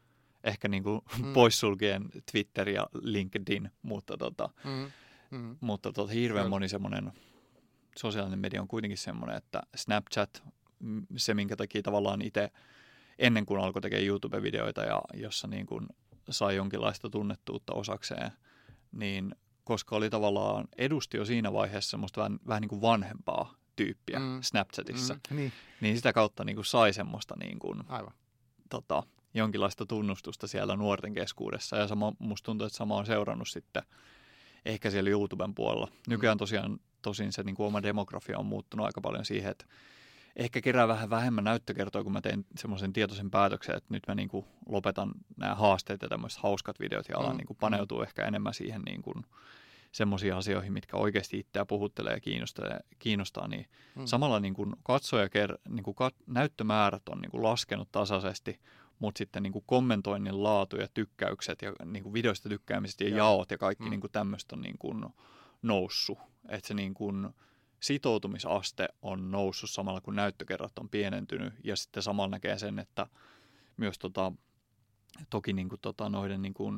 S2: ehkä niin kuin poissulkien Twitter ja LinkedIn, mutta, hirveän moni semmoinen sosiaalinen media on kuitenkin semmoinen, että Snapchat, se minkä takia tavallaan itse ennen kuin alkoi tekemään YouTube-videoita ja jossa niin kuin sai jonkinlaista tunnettuutta osakseen, niin koska oli tavallaan edusti jo siinä vaiheessa semmoista vähän niin kuin vanhempaa tyyppiä Snapchatissa, niin sitä kautta niin kuin sai semmoista niin kuin, jonkinlaista tunnustusta siellä nuorten keskuudessa. Ja musta tuntuu, että sama on seurannut sitten ehkä siellä YouTuben puolella. Nykyään tosin se niin kuin oma demografia on muuttunut aika paljon siihen, että ehkä kerää vähän vähemmän näyttökertoa, kun mä tein semmoisen tietoisen päätöksen, että nyt mä niin kuin lopetan nämä haasteet ja tämmöiset hauskat videot ja alan niin kuin paneutuu ehkä enemmän siihen niin kuin semmoisiin asioihin, mitkä oikeasti itseä puhuttelee ja kiinnostaa, niin samalla niin kuin niin kuin näyttömäärät on niin kuin laskenut tasaisesti, mutta sitten niin kuin kommentoinnin laatu ja tykkäykset ja niin kuin videoista tykkäämiset ja jaot ja kaikki niin kuin tämmöistä on niin kuin noussut. Että se niin kuin sitoutumisaste on noussut samalla, kun näyttökerrat on pienentynyt ja sitten samalla näkee sen, että myös toki niin kuin, noiden niin kuin,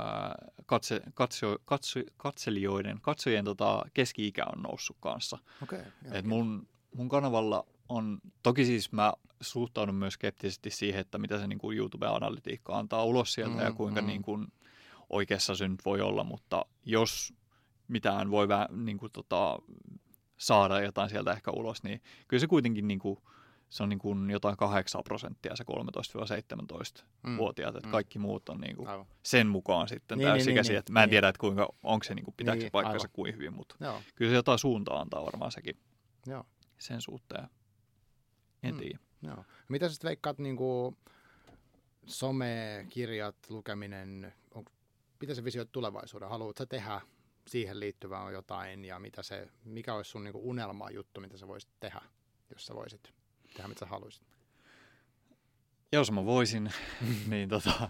S2: katsojien keski-ikä on noussut kanssa. Et mun kanavalla on, toki siis mä suhtaudun myös skeptisesti siihen, että mitä se niin kuin YouTube-analytiikka antaa ulos sieltä ja kuinka niin kuin oikeassa se nyt voi olla, mutta jos mitään voi niin kuin, saada jotain sieltä ehkä ulos, niin kyllä se kuitenkin niin kuin, se on niin kuin jotain 8% se 13-17-vuotiaat, että kaikki muut on niin kuin sen mukaan sitten täysikäisiä. Mä en tiedä, että kuinka, onko se niin kuin, pitääkö se paikkansa kuin hyvin, mutta kyllä se jotain suuntaa antaa varmaan sekin sen suhteen. En tiedä.
S1: Mitä sä veikkaat niin kuin some, kirjat, lukeminen, mitä se visioit tulevaisuuden? Haluatko sä tehdä siihen liittyvää jotain ja mikä olisi sun niin kuin unelma juttu, mitä sä voisit tehdä, jos sä voisit tehdä, mitä sä haluaisit?
S2: Jos mä voisin, niin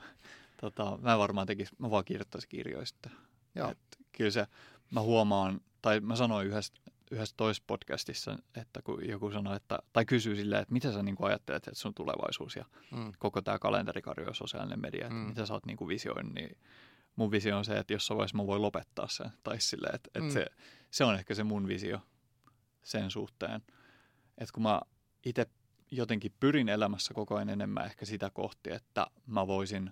S2: mä varmaan mä vaan kirjoittaisin kirjoista. Kyllä se, mä huomaan, tai mä sanoin yhdessä toisessa podcastissa, että kun joku sanoi, tai kysyy silleen, että mitä sä niin kuin ajattelet, että sun tulevaisuus ja koko tämä kalenterikarjo ja sosiaalinen media, että mitä sä oot niin kuin visioinut, niin mun visio on se, että jossain vaiheessa mä voin lopettaa sen. Tai silleen, että se on ehkä se mun visio sen suhteen. Että kun mä itse jotenkin pyrin elämässä koko ajan enemmän ehkä sitä kohti, että mä voisin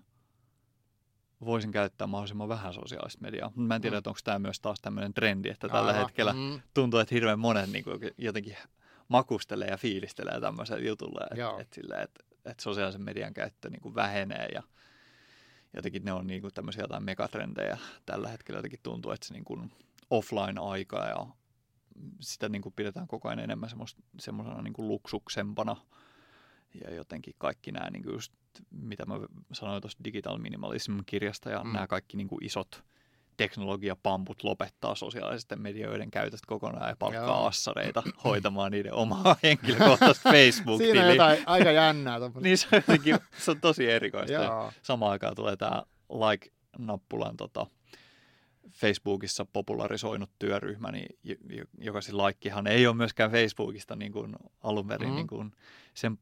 S2: käyttää mahdollisimman vähän sosiaalista mediaa. Mä en tiedä, että onko tämä myös taas tämmöinen trendi, että tällä hetkellä tuntuu, että hirveän monet niin kuin jotenkin makustelee ja fiilistelee tämmöiselle jutulle, että sosiaalisen median käyttö niin kuin vähenee ja jotenkin ne on niin kuin tämmöisiä jotain megatrendejä. Tällä hetkellä jotenkin tuntuu, että se niin kuin offline-aika ja sitä niin kuin pidetään koko ajan enemmän semmoisena niin kuin luksuksempana. Ja jotenkin kaikki nämä, niin kuin just, mitä mä sanoin tuosta Digital Minimalism-kirjasta ja nämä kaikki niin kuin isot teknologiapamput lopettaa sosiaalisten medioiden käytöstä kokonaan ja palkkaa assareita hoitamaan niiden omaa henkilökohtaista Facebook-tiliä.
S1: Siinä on jotain aika jännää.
S2: Niin se on tosi erikoista. Samaan aikaan tulee tämä like-nappulan Facebookissa popularisoinut työryhmä, niin joka se likehan ei ole myöskään Facebookista niin kuin alun perin niin kuin sen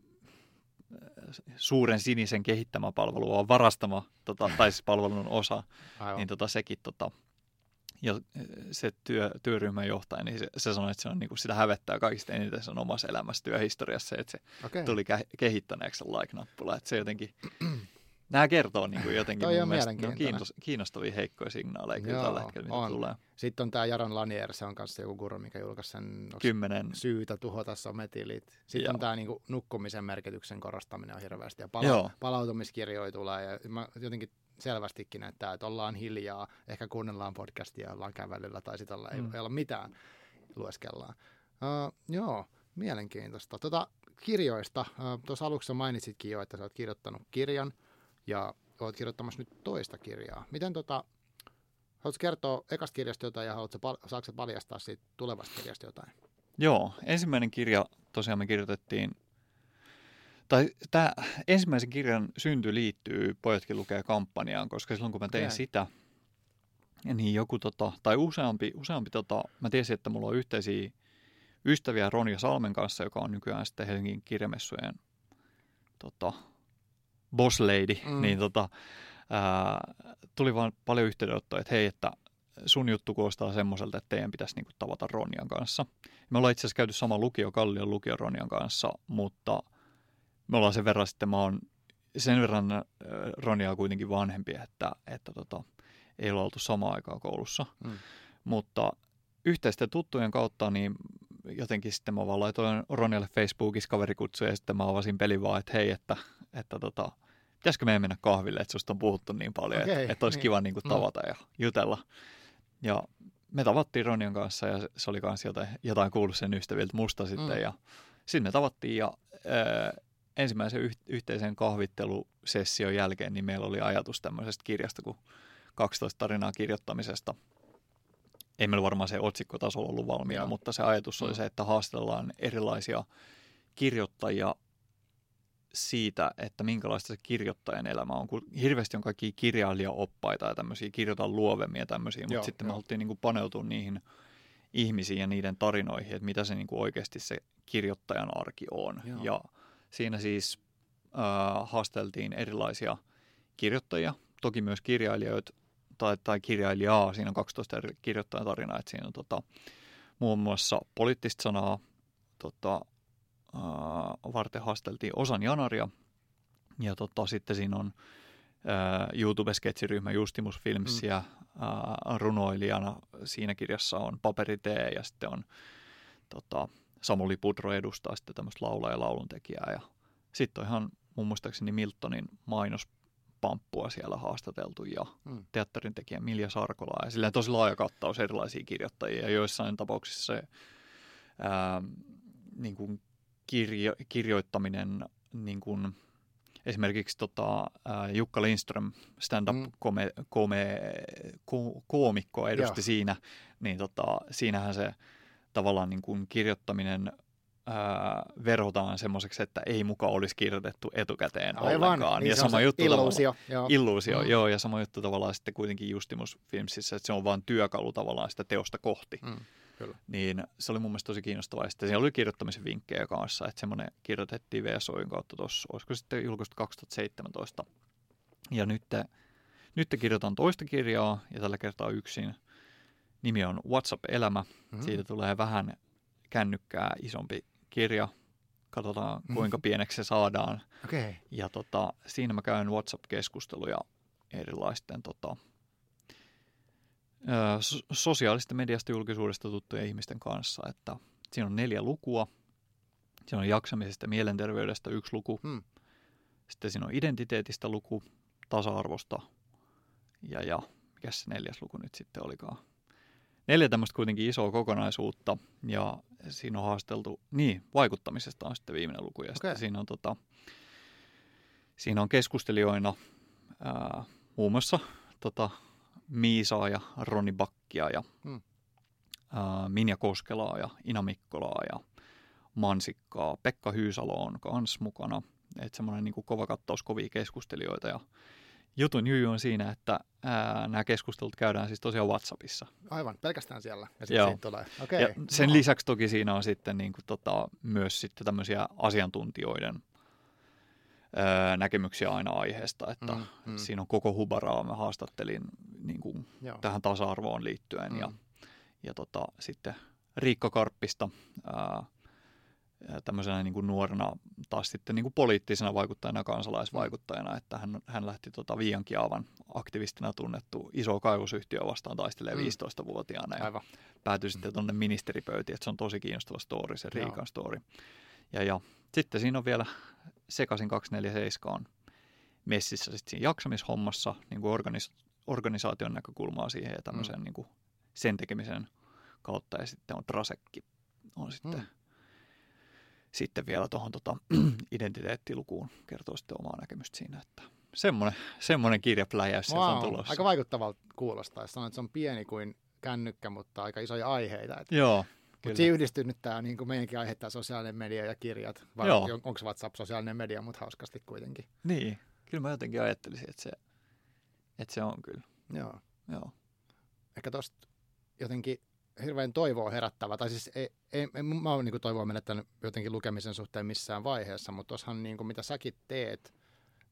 S2: suuren sinisen kehittämä palvelu on varastama, tai siis palvelun osa, niin sekin ja se työryhmän johtaja, niin se sanoi, että se on, niin kuin sitä hävettää kaikista eniten sen omassa elämässä työhistoriassa, että se tuli kehittäneeksi sen like-nappula, että se jotenkin nämä kertoo niin kuin jotenkin mun mielestä kiinnostavia heikkoja signaaleja kyllä tällä hetkellä, mitä tulee.
S1: Sitten on tämä Jaron Lanier, se on kanssa joku guru, mikä julkaisi sen
S2: 10
S1: syytä tuhota sometilit. Sitten on tämä niin kuin nukkumisen merkityksen korostaminen on hirveästi ja palautumiskirjoja tulee. Ja mä jotenkin selvästikin näyttää, että ollaan hiljaa, ehkä kuunnellaan podcastia, ollaan kävelyllä tai sitten ei olla mitään, lueskellaan. Mielenkiintoista. Kirjoista, tuossa aluksi mainitsitkin jo, että sä oot kirjoittanut kirjan ja oot kirjoittamassa nyt toista kirjaa. Miten haluatko kertoa ekasta kirjasta jotain ja saatko paljastaa siitä tulevasta kirjasta jotain?
S2: Joo, ensimmäinen kirja tosiaan me kirjoitettiin, tai tämä ensimmäisen kirjan synty liittyy Pojatkin lukee -kampanjaan, koska silloin kun mä tein sitä, niin joku tai useampi mä tiesin, että mulla on yhteisiä ystäviä Ronja Salmen kanssa, joka on nykyään sitten Helsingin kirjamessujen boss lady, niin tuli vaan paljon yhteydenottoja, että hei, että sun juttu kuulostaa semmoiselta, että teidän pitäisi niinku tavata Ronjan kanssa. Me ollaan itse asiassa käyty sama lukio, Kallion lukio Ronjan kanssa, mutta me ollaan mä oon sen verran Ronjaa kuitenkin vanhempi, että ei olla oltu samaan aikaan koulussa. Mutta yhteisten tuttujen kautta niin jotenkin sitten mä vaan laitoin Ronjalle Facebookissa kaverikutsuja ja sitten mä avasin pelin vaan, että hei, että pitäisikö meidän mennä kahville, että susta on puhuttu niin paljon, että olisi kiva niinku tavata ja jutella. Ja me tavattiin Ronjan kanssa ja se oli myös jotain kuullut sen ystäviltä musta sitten ja sitten me tavattiin ja ensimmäisen yhteisen kahvittelusession jälkeen niin meillä oli ajatus tämmöisestä kirjasta kuin 12 tarinaa kirjoittamisesta. Ei meillä varmaan se otsikkotasolla ollut valmiina, mutta se ajatus oli se, että haastellaan erilaisia kirjoittajia siitä, että minkälaista se kirjoittajan elämä on. Kun hirveästi on kaikkia kirjailijaoppaita ja tämmöisiä, kirjoitan luovemmin ja tämmöisiä, mutta sitten me haluttiin niin kuin paneutua niihin ihmisiin ja niiden tarinoihin, että mitä se niin kuin oikeasti se kirjoittajan arki on. Joo. Ja siinä siis haasteltiin erilaisia kirjoittajia, toki myös kirjailijoita tai kirjailijaa. Siinä on 12 eri kirjoittajan tarinaa, että siinä on muun muassa poliittista sanaa varten haasteltiin Osan Janaria ja sitten siinä on YouTube-sketsiryhmä Justimus Filmsia runoilijana. Siinä kirjassa on Paperi T ja sitten on Samuli Pudro edustaa sitten tämmöistä laulaa ja lauluntekijää ja sitten on ihan mun muistaakseni Miltonin mainospamppua siellä haastateltu ja teatterin tekijä Milja Sarkolaa ja silleen tosi laaja kattaus erilaisia kirjoittajia ja joissain tapauksissa se niin kuin kirjoittaminen niin kuin esimerkiksi Jukka Lindström stand-up-koomikko edusti siinä, niin siinähän se tavallaan niin kuin kirjoittaminen verhotaan semmoiseksi, että ei muka olisi kirjoitettu etukäteen ollenkaan.
S1: Niin
S2: ja sama juttu
S1: illuusio.
S2: Joo, ja sama juttu tavallaan sitten kuitenkin Justimus Filmsissä, että se on vaan työkalu tavallaan sitä teosta kohti.
S1: Kyllä.
S2: Niin se oli mun mielestä tosi kiinnostavaa. Ja sitten siellä oli kirjoittamisen vinkkejä kanssa, että semmoinen kirjoitettiin VSOin kautta tuossa, olisiko sitten julkaistu 2017. Ja nyt kirjoitan toista kirjaa ja tällä kertaa yksin. Nimi on WhatsApp-elämä. Siitä tulee vähän kännykkää isompi kirja. Katsotaan kuinka pieneksi se saadaan.
S1: Okay.
S2: Ja siinä mä käyn WhatsApp-keskusteluja erilaisten sosiaalista mediasta julkisuudesta tuttujen ihmisten kanssa, että siinä on 4 lukua. Siinä on jaksamisesta ja mielenterveydestä 1 luku. Sitten siinä on identiteetistä luku, tasa-arvosta ja mikä se 4. luku nyt sitten olikaan. 4 tämmöistä kuitenkin isoa kokonaisuutta ja siinä on haasteltu, vaikuttamisesta on sitten viimeinen luku ja sitten siinä on keskustelijoina muun muassa Miisaa ja Roni Bakkia ja Minja Koskelaa ja Ina Mikkolaa ja Mansikkaa. Pekka Hyysalo on kans mukana. Että semmoinen niin kuin kova kattaus kovia keskustelijoita. Ja jutun juju on siinä, että nämä keskustelut käydään siis tosiaan WhatsAppissa.
S1: Aivan, pelkästään siellä. Ja sitten siitä tulee. Okay.
S2: Ja sen lisäksi toki siinä on sitten niin kuin myös sitten tämmöisiä asiantuntijoiden näkemyksiä aina aiheesta, että siinä on koko hubaraa. Mä haastattelin niin kuin tähän tasa-arvoon liittyen ja sitten Riikka Karppista tämmöisenä niin kuin nuorena taas sitten niin kuin poliittisena vaikuttajana, kansalaisvaikuttajana, että hän lähti Viiankiaavan aktivistina tunnettu iso kaivosyhtiö vastaan taistelemaan 15-vuotiaana ja päätyi sitten tuonne ministeripöytiin, että se on tosi kiinnostava story, se Riikan story. Ja sitten siinä on vielä Sekaisin 247 on messissä sitten siinä jaksamishommassa niin kuin organisaation näkökulmaa siihen ja tämmöisen niin kuin sen tekemisen kautta. Ja sitten on Trasekki on sitten vielä tuohon identiteettilukuun kertoo sitten omaa näkemystä siinä. Että semmoinen kirjapläjäys sieltä on tulossa.
S1: Aika vaikuttavalta kuulostaa. Jos sanoit, että se on pieni kuin kännykkä, mutta aika isoja aiheita.
S2: Joo.
S1: Mutta siinä yhdistyy nyt tämä niin kuin meidänkin aihe, tämä sosiaalinen media ja kirjat. Vai onko WhatsApp sosiaalinen media, mutta hauskasti kuitenkin.
S2: Niin, kyllä mä jotenkin ajattelisin, että se on kyllä.
S1: Joo. Ehkä tuosta jotenkin hirveän toivoa herättävä. Tai siis mä oon niin toivoa menettänyt jotenkin lukemisen suhteen missään vaiheessa, mutta tuossahan niin kuin, mitä säkin teet,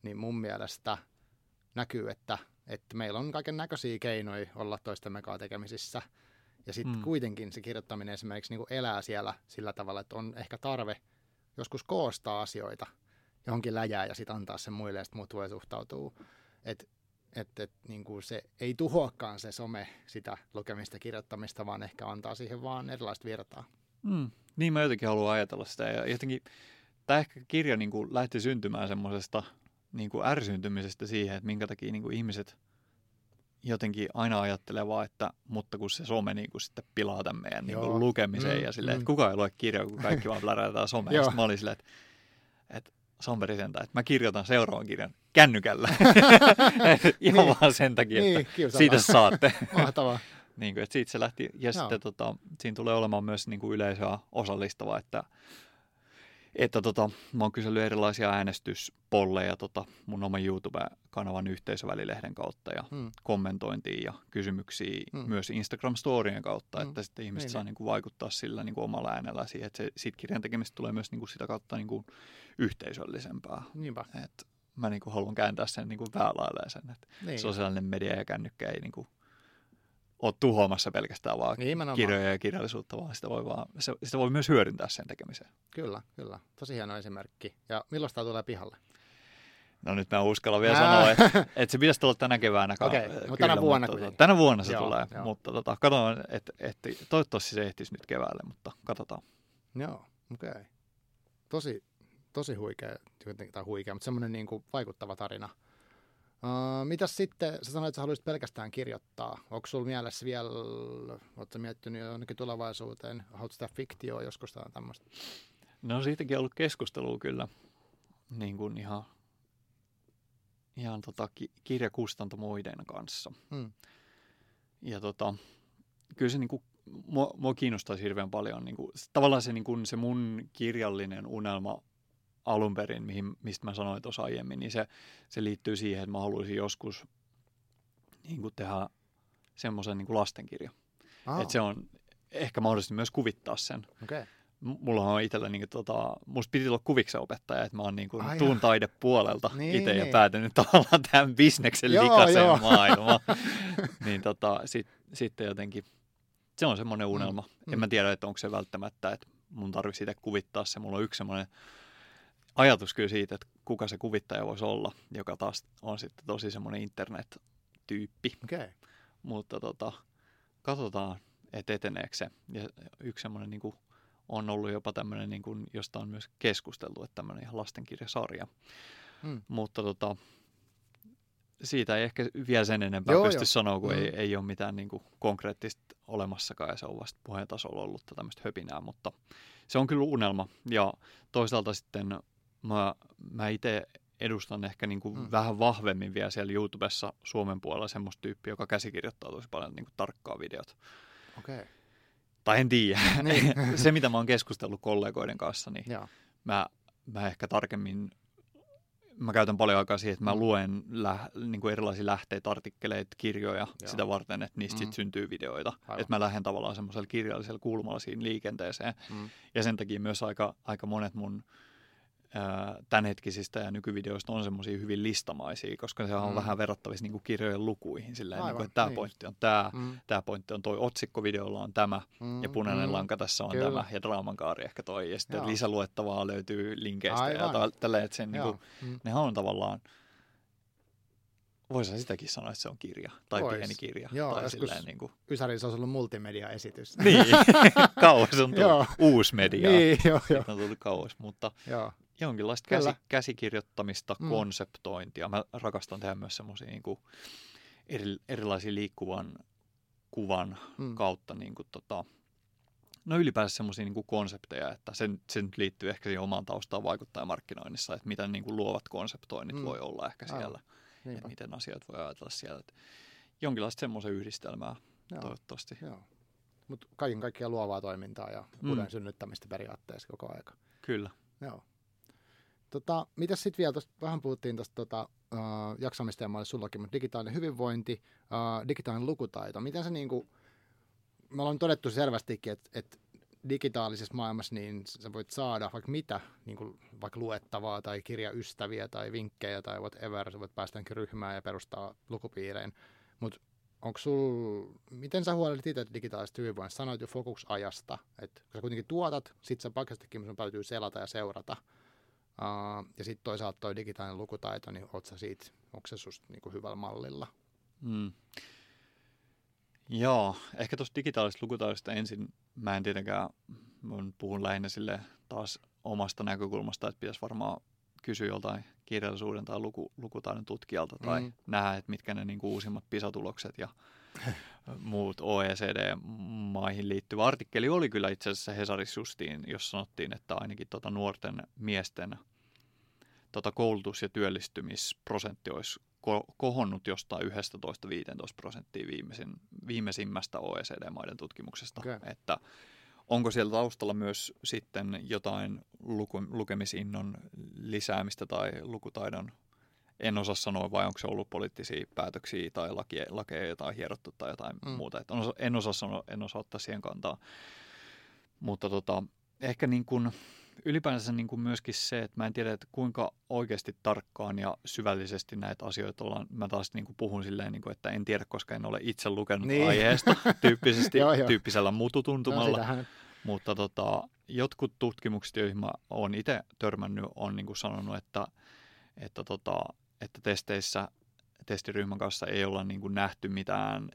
S1: niin mun mielestä näkyy, että meillä on kaiken näköisiä keinoja olla toistemme kanssa tekemisissä. Ja sitten kuitenkin se kirjoittaminen esimerkiksi niin kuin elää siellä sillä tavalla, että on ehkä tarve joskus koostaa asioita johonkin läjään ja sitten antaa sen muille ja sitten muut voi suhtautua. Että niin kuin se ei tuhoakaan se some sitä lukemista kirjoittamista, vaan ehkä antaa siihen vaan erilaista virtaa.
S2: Niin mä jotenkin haluan ajatella sitä. Ja jotenkin tämä ehkä kirja niin kuin lähti syntymään semmoisesta niin kuin ärsyntymisestä siihen, että minkä takia niin kuin ihmiset jotenkin aina ajattelee vaan, että mutta kun se some niin kuin sitten pilaa tämän meidän niin kuin lukemisen ja silleen, että kukaan ei lue kirjaa, kun kaikki vaan plärätään someen. Ja sitten mä olin silleen, että Samperi sentään, että mä kirjoitan seuraavan kirjan kännykällä. Ihan vaan sen takia, että siitä saatte.
S1: Mahtavaa.
S2: Niin kuin, että siitä se lähti. Ja sitten siinä tulee olemaan myös niin kuin yleisöä osallistava, että mä oon kysellyt erilaisia äänestyspolleja mun oman YouTube-kanavan yhteisövälilehden kautta ja kommentointia ja kysymyksiä myös Instagram-storien kautta, että sitten ihmiset saa niin kuin vaikuttaa sillä niin kuin omalla äänellä siihen, että siitä kirjan tekemistä tulee myös niin kuin sitä kautta niin kuin yhteisöllisempää.
S1: Niinpä.
S2: Et mä niin kuin haluan kääntää sen niin kuin päälailleen sen, että sosiaalinen media ja kännykkä ei niin kuin ole tuhoamassa pelkästään vaan kirjoja ja kirjallisuutta, vaan sitä voi myös hyödyntää sen tekemiseen.
S1: Kyllä. Tosi hieno esimerkki. Ja milloin tämä tulee pihalle?
S2: No nyt mä uskallan vielä sanoa, että se pitäisi tulla tänä keväänä.
S1: Okei, tänä vuonna kuitenkin.
S2: Tänä vuonna se tulee, mutta katsotaan, että toivottavasti se ehtisi nyt keväälle, mutta katsotaan.
S1: Joo, okei. Tosi huikea, mutta semmoinen niin kuin vaikuttava tarina. Mitäs sitten, sä sanoit, että sä haluaisit pelkästään kirjoittaa. Onko sulla mielessä vielä, ootko miettinyt jonnekin tulevaisuuteen, haluatko sitä fiktioa joskus tai tämmöistä?
S2: No siitäkin on ollut keskustelua kyllä, niin kuin ihan kirjakustantamoiden kanssa. Ja kyllä se niin kuin, mua kiinnostaisi hirveän paljon, niin kuin, tavallaan se, niin kuin, se mun kirjallinen unelma alun perin, mistä mä sanoin tuossa aiemmin, niin se liittyy siihen, että mä haluaisin joskus niin kuin tehdä semmoisen niin kuin lastenkirja. Että se on ehkä mahdollisesti myös kuvittaa sen.
S1: Okay.
S2: Mulla on itsellä, niin kuin, musta piti olla kuviksen opettaja, että mä oon niin kuin, tuun taidepuolelta itse ja päätynyt tavallaan tämän bisneksen likaiseen maailmaan. Niin sitten jotenkin, se on semmoinen unelma. En mä tiedä, että onko se välttämättä, että mun tarvitsisi itse kuvittaa se. Mulla on yksi semmoinen ajatus kyllä siitä, että kuka se kuvittaja voisi olla, joka taas on sitten tosi semmoinen internet-tyyppi.
S1: Okay.
S2: Mutta katsotaan, että eteneekö se. Ja yksi semmoinen niin kuin on ollut jopa tämmöinen, niin kuin, josta on myös keskusteltu, että tämmöinen ihan lastenkirjasarja. Mutta siitä ei ehkä vielä sen enempää pysty sanoa, kun ei ole mitään niin kuin konkreettista olemassakaan, ja se on vasta puheen tasolla ollut tämmöistä höpinää, mutta se on kyllä unelma. Ja toisaalta sitten mä itse edustan ehkä niin kuin vähän vahvemmin vielä siellä YouTubessa Suomen puolella semmoista tyyppiä, joka käsikirjoittaa tosi paljon niin kuin tarkkaa videot.
S1: Okay.
S2: Tai en tiedä. Niin. Se, mitä mä oon keskustellut kollegoiden kanssa, niin mä ehkä tarkemmin, mä käytän paljon aikaa siihen, että mä luen niin kuin erilaisia lähteitä, artikkeleita, kirjoja sitä varten, että niistä sitten syntyy videoita. Että mä lähden tavallaan semmoisella kirjallisella kulmalla siinä liikenteeseen. Ja sen takia myös aika monet mun tämänhetkisistä ja nykyvideoista on semmoisia hyvin listamaisia, koska se on vähän verrattavissa niin kuin kirjojen lukuihin. Silleen, niin kuin, että tämä pointti on tämä pointti on toi, otsikkovideolla on tämä, ja punainen lanka tässä on tämä, ja draamankaari ehkä toi, ja sitten lisäluettavaa löytyy linkeistä, ja tälleen, että sen, niin kuin, nehän on tavallaan, voisi sitäkin sanoa, että se on kirja, tai pieni kirja.
S1: Joo,
S2: tai
S1: joskus
S2: silleen, niin kuin
S1: Ysärillä olisi ollut multimedia-esitys.
S2: Niin, kauas on tullut uusi media.
S1: Niin, joo.
S2: On tullut kauas, mutta jonkinlaista käsikirjoittamista, konseptointia. Mä rakastan tehdä myös semmoisia niin kuin erilaisia liikkuvan kuvan kautta niin kuin, no ylipäänsä semmoisia niin kuin konsepteja, että se nyt liittyy ehkä siihen omaan taustaan vaikuttajamarkkinoinnissa, että mitä niin kuin luovat konseptoinnit voi olla ehkä siellä, että miten asioita voi ajatella siellä. Että jonkinlaista semmoisen yhdistelmää toivottavasti.
S1: Mutta kaiken kaikkiaan luovaa toimintaa ja uuden synnyttämistä periaatteessa koko aika.
S2: Kyllä.
S1: Joo. Mitäs sitten vielä, vähän puhuttiin tuosta jaksamista ja mä olin sullakin, mutta digitaalinen hyvinvointi, digitaalinen lukutaito, miten se niinku, me ollaan todettu selvästikin, että digitaalisessa maailmassa niin sä voit saada vaikka mitä, niin kuin vaikka luettavaa tai kirjaystäviä tai vinkkejä tai whatever, sä voit päästä ryhmään ja perustaa lukupiireen, mutta miten sä huolehdit itse digitaalisesta hyvinvoinnista? Sanoit jo fokusajasta, että kun sä kuitenkin tuotat, sit sä paikastakin sun täytyy selata ja seurata. Ja sitten toisaalta toi digitaalinen lukutaito, niin onko se susta niinku hyvällä mallilla?
S2: Joo, ehkä tuosta digitaalisesta lukutaidosta ensin mä en tietenkään, puhun lähinnä sille taas omasta näkökulmasta, että pitäisi varmaan kysyä joltain kirjallisuuden tai lukutaidon tutkijalta tai nähdä, että mitkä ne niinku uusimmat PISA-tulokset ja muut OECD-maihin liittyvä artikkeli oli kyllä itse asiassa Hesarissa justiin, jos sanottiin, että ainakin nuorten miesten koulutus- ja työllistymisprosentti olisi kohonnut jostain 11-15% viimeisimmästä OECD-maiden tutkimuksesta.
S1: Okay.
S2: Että onko siellä taustalla myös sitten jotain lukemisinnon lisäämistä tai lukutaidon, en osaa sanoa, vai onko se ollut poliittisia päätöksiä tai lakeja jotain hierottu tai jotain muuta. Että en osaa sanoa, en osaa ottaa siihen kantaa. Mutta ehkä niin kuin ylipäänsä niin kuin myöskin se, että mä en tiedä, että kuinka oikeasti tarkkaan ja syvällisesti näitä asioita ollaan. Mä taas niin kuin puhun silleen, niin kuin, että en tiedä, koska en ole itse lukenut aiheesta tyyppisellä mututuntumalla. No, mutta jotkut tutkimukset, joihin mä oon itse törmännyt, on niin kuin sanonut, että testiryhmän kanssa ei olla niin kuin nähty mitään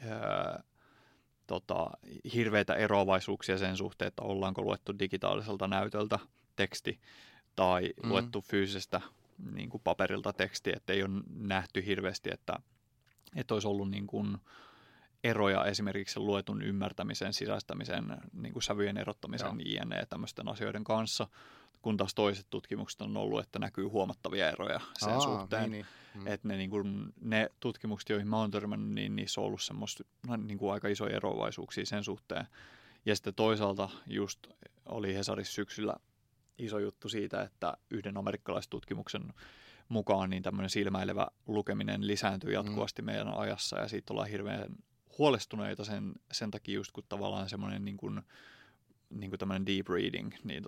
S2: hirveitä eroavaisuuksia sen suhteen, että ollaanko luettu digitaaliselta näytöltä teksti tai luettu fyysisestä niin kuin paperilta teksti, että ei ole nähty hirveästi, että olisi ollut niin kuin eroja esimerkiksi luetun ymmärtämisen, sisäistämisen, niin kuin sävyjen erottamisen jne. Ja tämmöisten asioiden kanssa, kun taas toiset tutkimukset on ollut, että näkyy huomattavia eroja sen suhteen. Niin. Että ne tutkimukset, joihin mä oon törmännyt, niin niissä on ollut semmoista niin kuin aika isoja eroavaisuuksia sen suhteen. Ja sitten toisaalta just oli Hesarissa syksyllä iso juttu siitä, että yhden amerikkalaistutkimuksen mukaan niin tämmöinen silmäilevä lukeminen lisääntyy jatkuvasti meidän ajassa, ja siitä ollaan hirveän huolestuneita sen takia just kun tavallaan semmoinen niin kuin tämmöinen deep reading, niin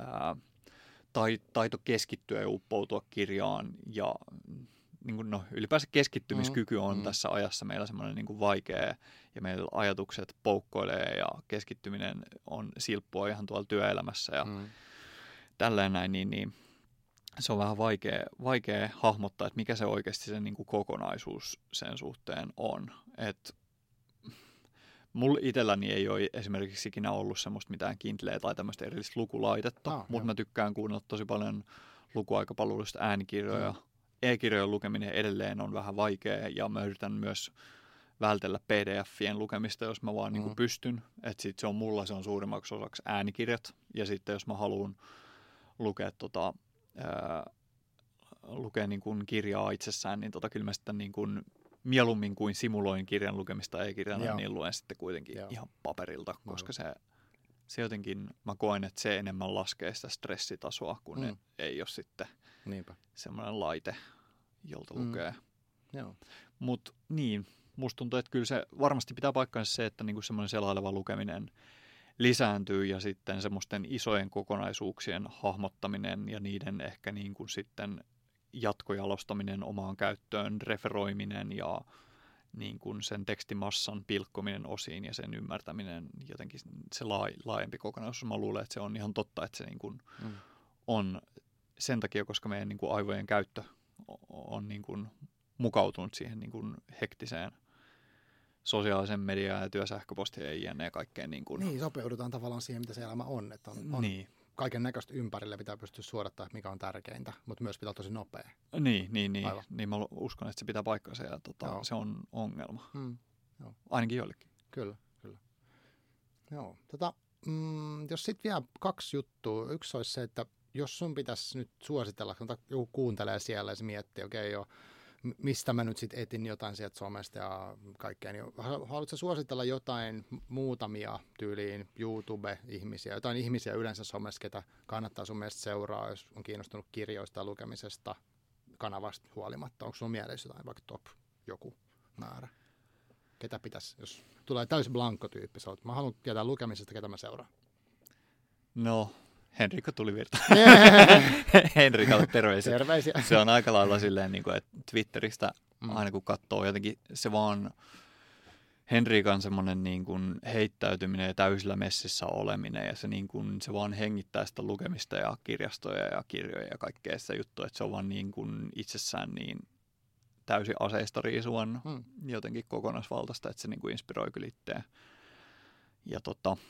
S2: taito keskittyä ja uppoutua kirjaan ja niin kuin, ylipäänsä keskittymiskyky on tässä ajassa meillä semmoinen niin kuin vaikea ja meillä ajatukset poukkoilee ja keskittyminen on silppua ihan tuolla työelämässä ja tälleen näin, niin se on vähän vaikea hahmottaa, että mikä se oikeasti se niin kuin kokonaisuus sen suhteen on. Et mulla itselläni ei ole esimerkiksi ikinä ollut semmoista mitään Kindleä tai tämmöistä erillistä lukulaitetta, mutta mä tykkään kuunnella tosi paljon lukuaikapalveluista äänikirjoja. E-kirjojen lukeminen edelleen on vähän vaikea ja mä yritän myös vältellä PDF-ien lukemista, jos mä vaan niin kuin pystyn. Että sit se on suurimmaksi osaksi äänikirjat ja sitten jos mä haluan lukea lukea niin kuin kirjaa itsessään, niin kyllä mä sitten niin kuin mieluummin kuin simuloin kirjan lukemista e-kirjana, niin luen sitten kuitenkin ihan paperilta, koska se jotenkin, mä koen, että se enemmän laskee sitä stressitasoa, kun ei ole sitten semmoinen laite, jolta lukee. Mutta niin, musta tuntuu, että kyllä se varmasti pitää paikkansa se, että niinku semmoinen selaileva lukeminen lisääntyy ja sitten semmoisten isojen kokonaisuuksien hahmottaminen ja niiden ehkä niin kuin sitten jatkojalostaminen omaan käyttöön, referoiminen ja niin kuin sen tekstimassan pilkkominen osiin ja sen ymmärtäminen, jotenkin se laajempi kokonaisuus. Mä luulen, että se on ihan totta, että se niin kuin on sen takia, koska meidän niin kuin aivojen käyttö on niin kuin mukautunut siihen niin kuin hektiseen sosiaalisen mediaan ja työsähköpostien ja jne. Kaikkeen.
S1: Niin, sopeudutaan tavallaan siihen, mitä se elämä on. Että on kaiken näköistä ympärille pitää pystyä suodattamaan, mikä on tärkeintä, mutta myös pitää olla tosi nopea.
S2: Niin mä uskon, että se pitää paikkansa ja se on ongelma. Ainakin joillekin.
S1: Kyllä. Joo. Jos sitten vielä 2 juttua. Yksi olisi se, että jos sun pitäisi nyt suositella, kun joku kuuntelee siellä ja se miettii, mistä mä nyt sitten etin jotain sieltä somesta ja kaikkea, niin haluatko suositella jotain muutamia tyyliin YouTube-ihmisiä, jotain ihmisiä yleensä somessa, ketä kannattaa sun mielestä seuraa, jos on kiinnostunut kirjoista ja lukemisesta kanavasta huolimatta? Onko sun mielessä jotain, vaikka top joku määrä? Ketä pitäisi, jos tulee täysin blanko tyyppi, mä haluan tietää lukemisesta, ketä mä seuraan?
S2: No, Henrikka tuli virta. Henrikalle terveisiä.
S1: Terveisiä.
S2: Se on aika lailla silleen, niin kuin, että Twitteristä aina kun katsoo jotenkin, se vaan Henrikan semmoinen niin kuin heittäytyminen ja täysillä messissä oleminen ja se, niin kuin, se vaan hengittää sitä lukemista ja kirjastoja ja kirjoja ja kaikkea sitä juttua, että se on vaan niin kuin itsessään niin täysin aseista riisuvan jotenkin kokonaisvaltaista, että se niin kuin inspiroi kyllä itseä. Ja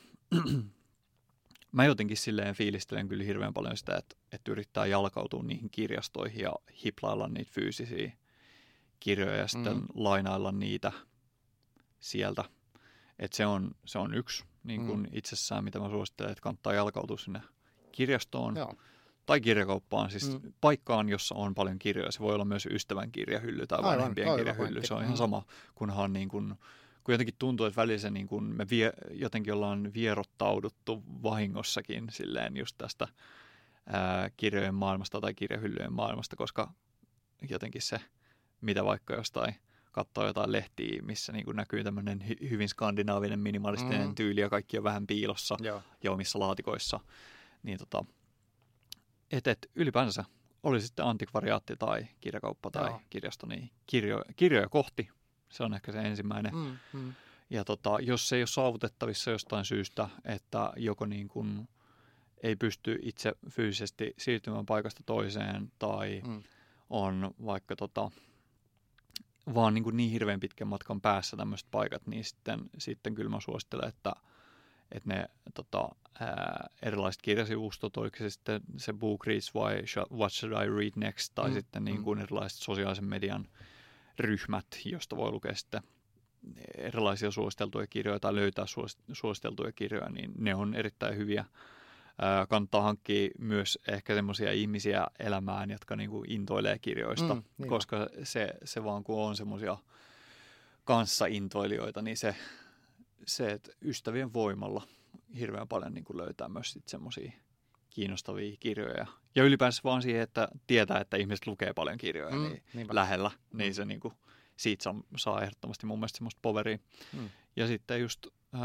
S2: mä jotenkin silleen fiilistelen kyllä hirveän paljon sitä, että yrittää jalkautua niihin kirjastoihin ja hiplailla niitä fyysisiä kirjoja ja sitten lainailla niitä sieltä. Että se on yksi niin kuin itsessään, mitä mä suosittelen, että kannattaa jalkautua sinne kirjastoon tai kirjakauppaan, siis paikkaan, jossa on paljon kirjoja. Se voi olla myös ystävän kirjahylly tai vanhempien kirjahylly. Se on ihan sama, kunhan niin kuin, kun jotenkin tuntuu, että välillä se, niin kuin me jotenkin ollaan vierottauduttu vahingossakin silleen just tästä kirjojen maailmasta tai kirjahyllyjen maailmasta, koska jotenkin se, mitä vaikka jostain katsoo jotain lehtiä, missä niin kuin näkyy tämmöinen hyvin skandinaavinen minimalistinen tyyli ja kaikki on vähän piilossa ja omissa laatikoissa, niin ylipäänsä oli sitten antikvariaatti tai kirjakauppa tai kirjasto, niin kirjoja kohti. Se on ehkä se ensimmäinen. Ja jos se ei ole saavutettavissa jostain syystä, että joko niin kuin ei pysty itse fyysisesti siirtymään paikasta toiseen tai on vaikka vaan niin hirveän pitkän matkan päässä tämmöiset paikat, niin sitten kyllä mä suosittelen, että ne erilaiset kirjasivustot, oliko se sitten se Bookreads vai What Should I Read Next, tai sitten niin kuin erilaiset sosiaalisen median ryhmät, josta voi lukea sitten erilaisia suositeltuja kirjoja tai löytää suositeltuja kirjoja, niin ne on erittäin hyviä. Kannattaa hankkia myös ehkä semmoisia ihmisiä elämään, jotka niinku intoilee kirjoista, koska se vaan kun on semmoisia kanssaintoilijoita, niin se että ystävien voimalla hirveän paljon niinku löytää myös semmoisia kiinnostavia kirjoja. Ja ylipäänsä vaan siihen, että tietää, että ihmiset lukee paljon kirjoja lähellä, niin se niinku, siitä saa ehdottomasti mun mielestä semmoista poveria. Ja sitten just,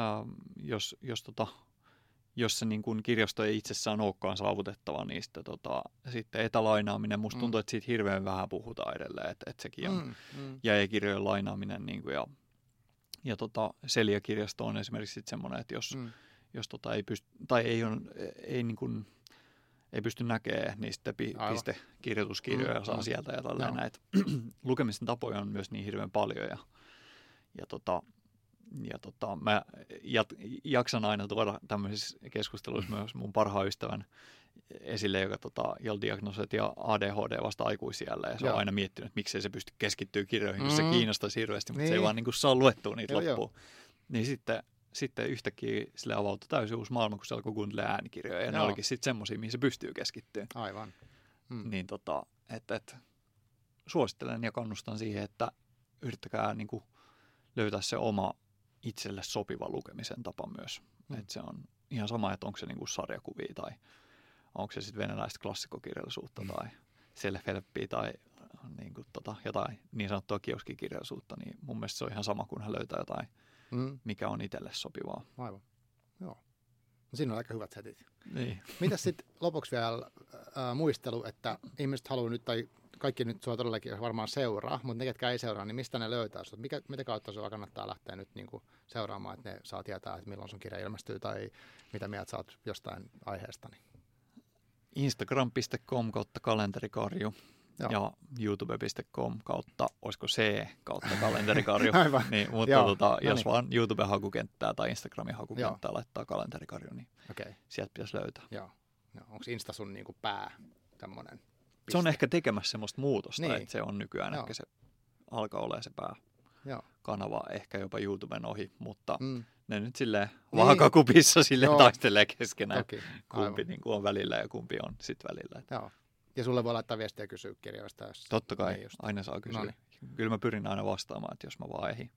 S2: jos se niin kuin kirjasto ei itsessään olekaan saavutettava, niin sitten etälainaaminen, musta tuntuu, että siitä hirveän vähän puhutaan edelleen, että sekin on. Ja e-kirjojen lainaaminen, niin kuin, ja Celia-kirjasto on esimerkiksi semmoinen, että jos ei pysty, tai ei pysty näkemään, niin sitten pistekirjoituskirjoja saa sieltä ja tälleen näitä. Lukemisen tapoja on myös niin hirveän paljon mä jaksan aina tuoda tämmöisissä keskusteluissa myös mun parhaan ystävän esille, jolla diagnosoitiin ADHD vasta aikuisiällä, ja se on aina miettinyt, että miksei se pysty keskittyä kirjoihin, kun se kiinnostaisi hirveästi, mutta se ei vaan niin kuin saa luettua niitä loppuun. Niin sitten yhtäkkiä sille avautui täysin uusi maailma, kun se alkoi kuuntelemaan äänikirjoja, ja ne olikin sitten semmoisia, mihin se pystyy keskittymään.
S1: Aivan.
S2: Niin suosittelen ja kannustan siihen, että yrittäkää niin kuin löytää se oma itselle sopiva lukemisen tapa myös. Että se on ihan sama, että onko se niinku sarjakuvia tai onko se sitten venäläistä klassikokirjallisuutta tai self-helppiä tai niinku jotain niin sanottua kioskikirjallisuutta, niin mun mielestä se on ihan sama, kun hän löytää jotain, mikä on itselle sopivaa.
S1: Aivan, joo. No siinä on aika hyvät setit.
S2: Niin.
S1: Mitäs sitten lopuksi vielä muistelu, että ihmiset haluaa nyt, tai kaikki nyt sua todellakin varmaan seuraa, mutta ne, ketkä ei seuraa, niin mistä ne löytää sinut? Mitä kautta sinua kannattaa lähteä nyt niin kuin seuraamaan, että ne saa tietää, että milloin sun kirja ilmestyy tai mitä mieltä sä oot jostain aiheesta? Niin.
S2: Instagram.com kautta kalenterikarju ja youtube.com kautta, olisiko C kautta kalenterikarju. Niin, mutta jos vaan YouTuben hakukenttää tai Instagramin hakukenttää laittaa kalenterikarju, niin sieltä pitäisi löytää.
S1: Joo. Onko Insta sun niin kuin pää tämmöinen?
S2: Se on ehkä tekemässä semmoista muutosta, että se on nykyään ehkä se alkaa olla se pääkanava, ehkä jopa YouTuben ohi, mutta ne nyt silleen vaakakupissa silleen taistelee keskenään, kumpi niin kuin on välillä ja kumpi on sitten välillä.
S1: Joo. Ja sulle voi laittaa viestiä ja kysyä kirjoista.
S2: Totta kai, aina saa kysyä. Noniin. Kyllä mä pyrin aina vastaamaan, että jos mä vaan ehdin.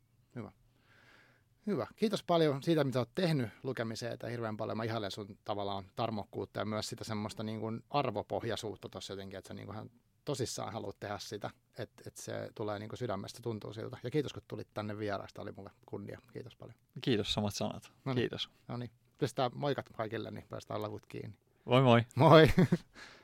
S1: Hyvä. Kiitos paljon siitä, mitä olet tehnyt lukemiseen, että hirveän paljon mä ihailen sun tavallaan tarmokkuutta ja myös sitä semmoista niin kuin arvopohjaisuutta tuossa jotenkin, että sä niin kuin tosissaan haluat tehdä sitä, että se tulee niin kuin sydämestä, tuntuu siltä. Ja kiitos, kun tulit tänne vieraasta, oli mulle kunnia. Kiitos paljon.
S2: Kiitos, samat sanat. Kiitos.
S1: No niin. pistää moikat kaikille, niin päästään lavut kiinni.
S2: Moi moi.
S1: Moi!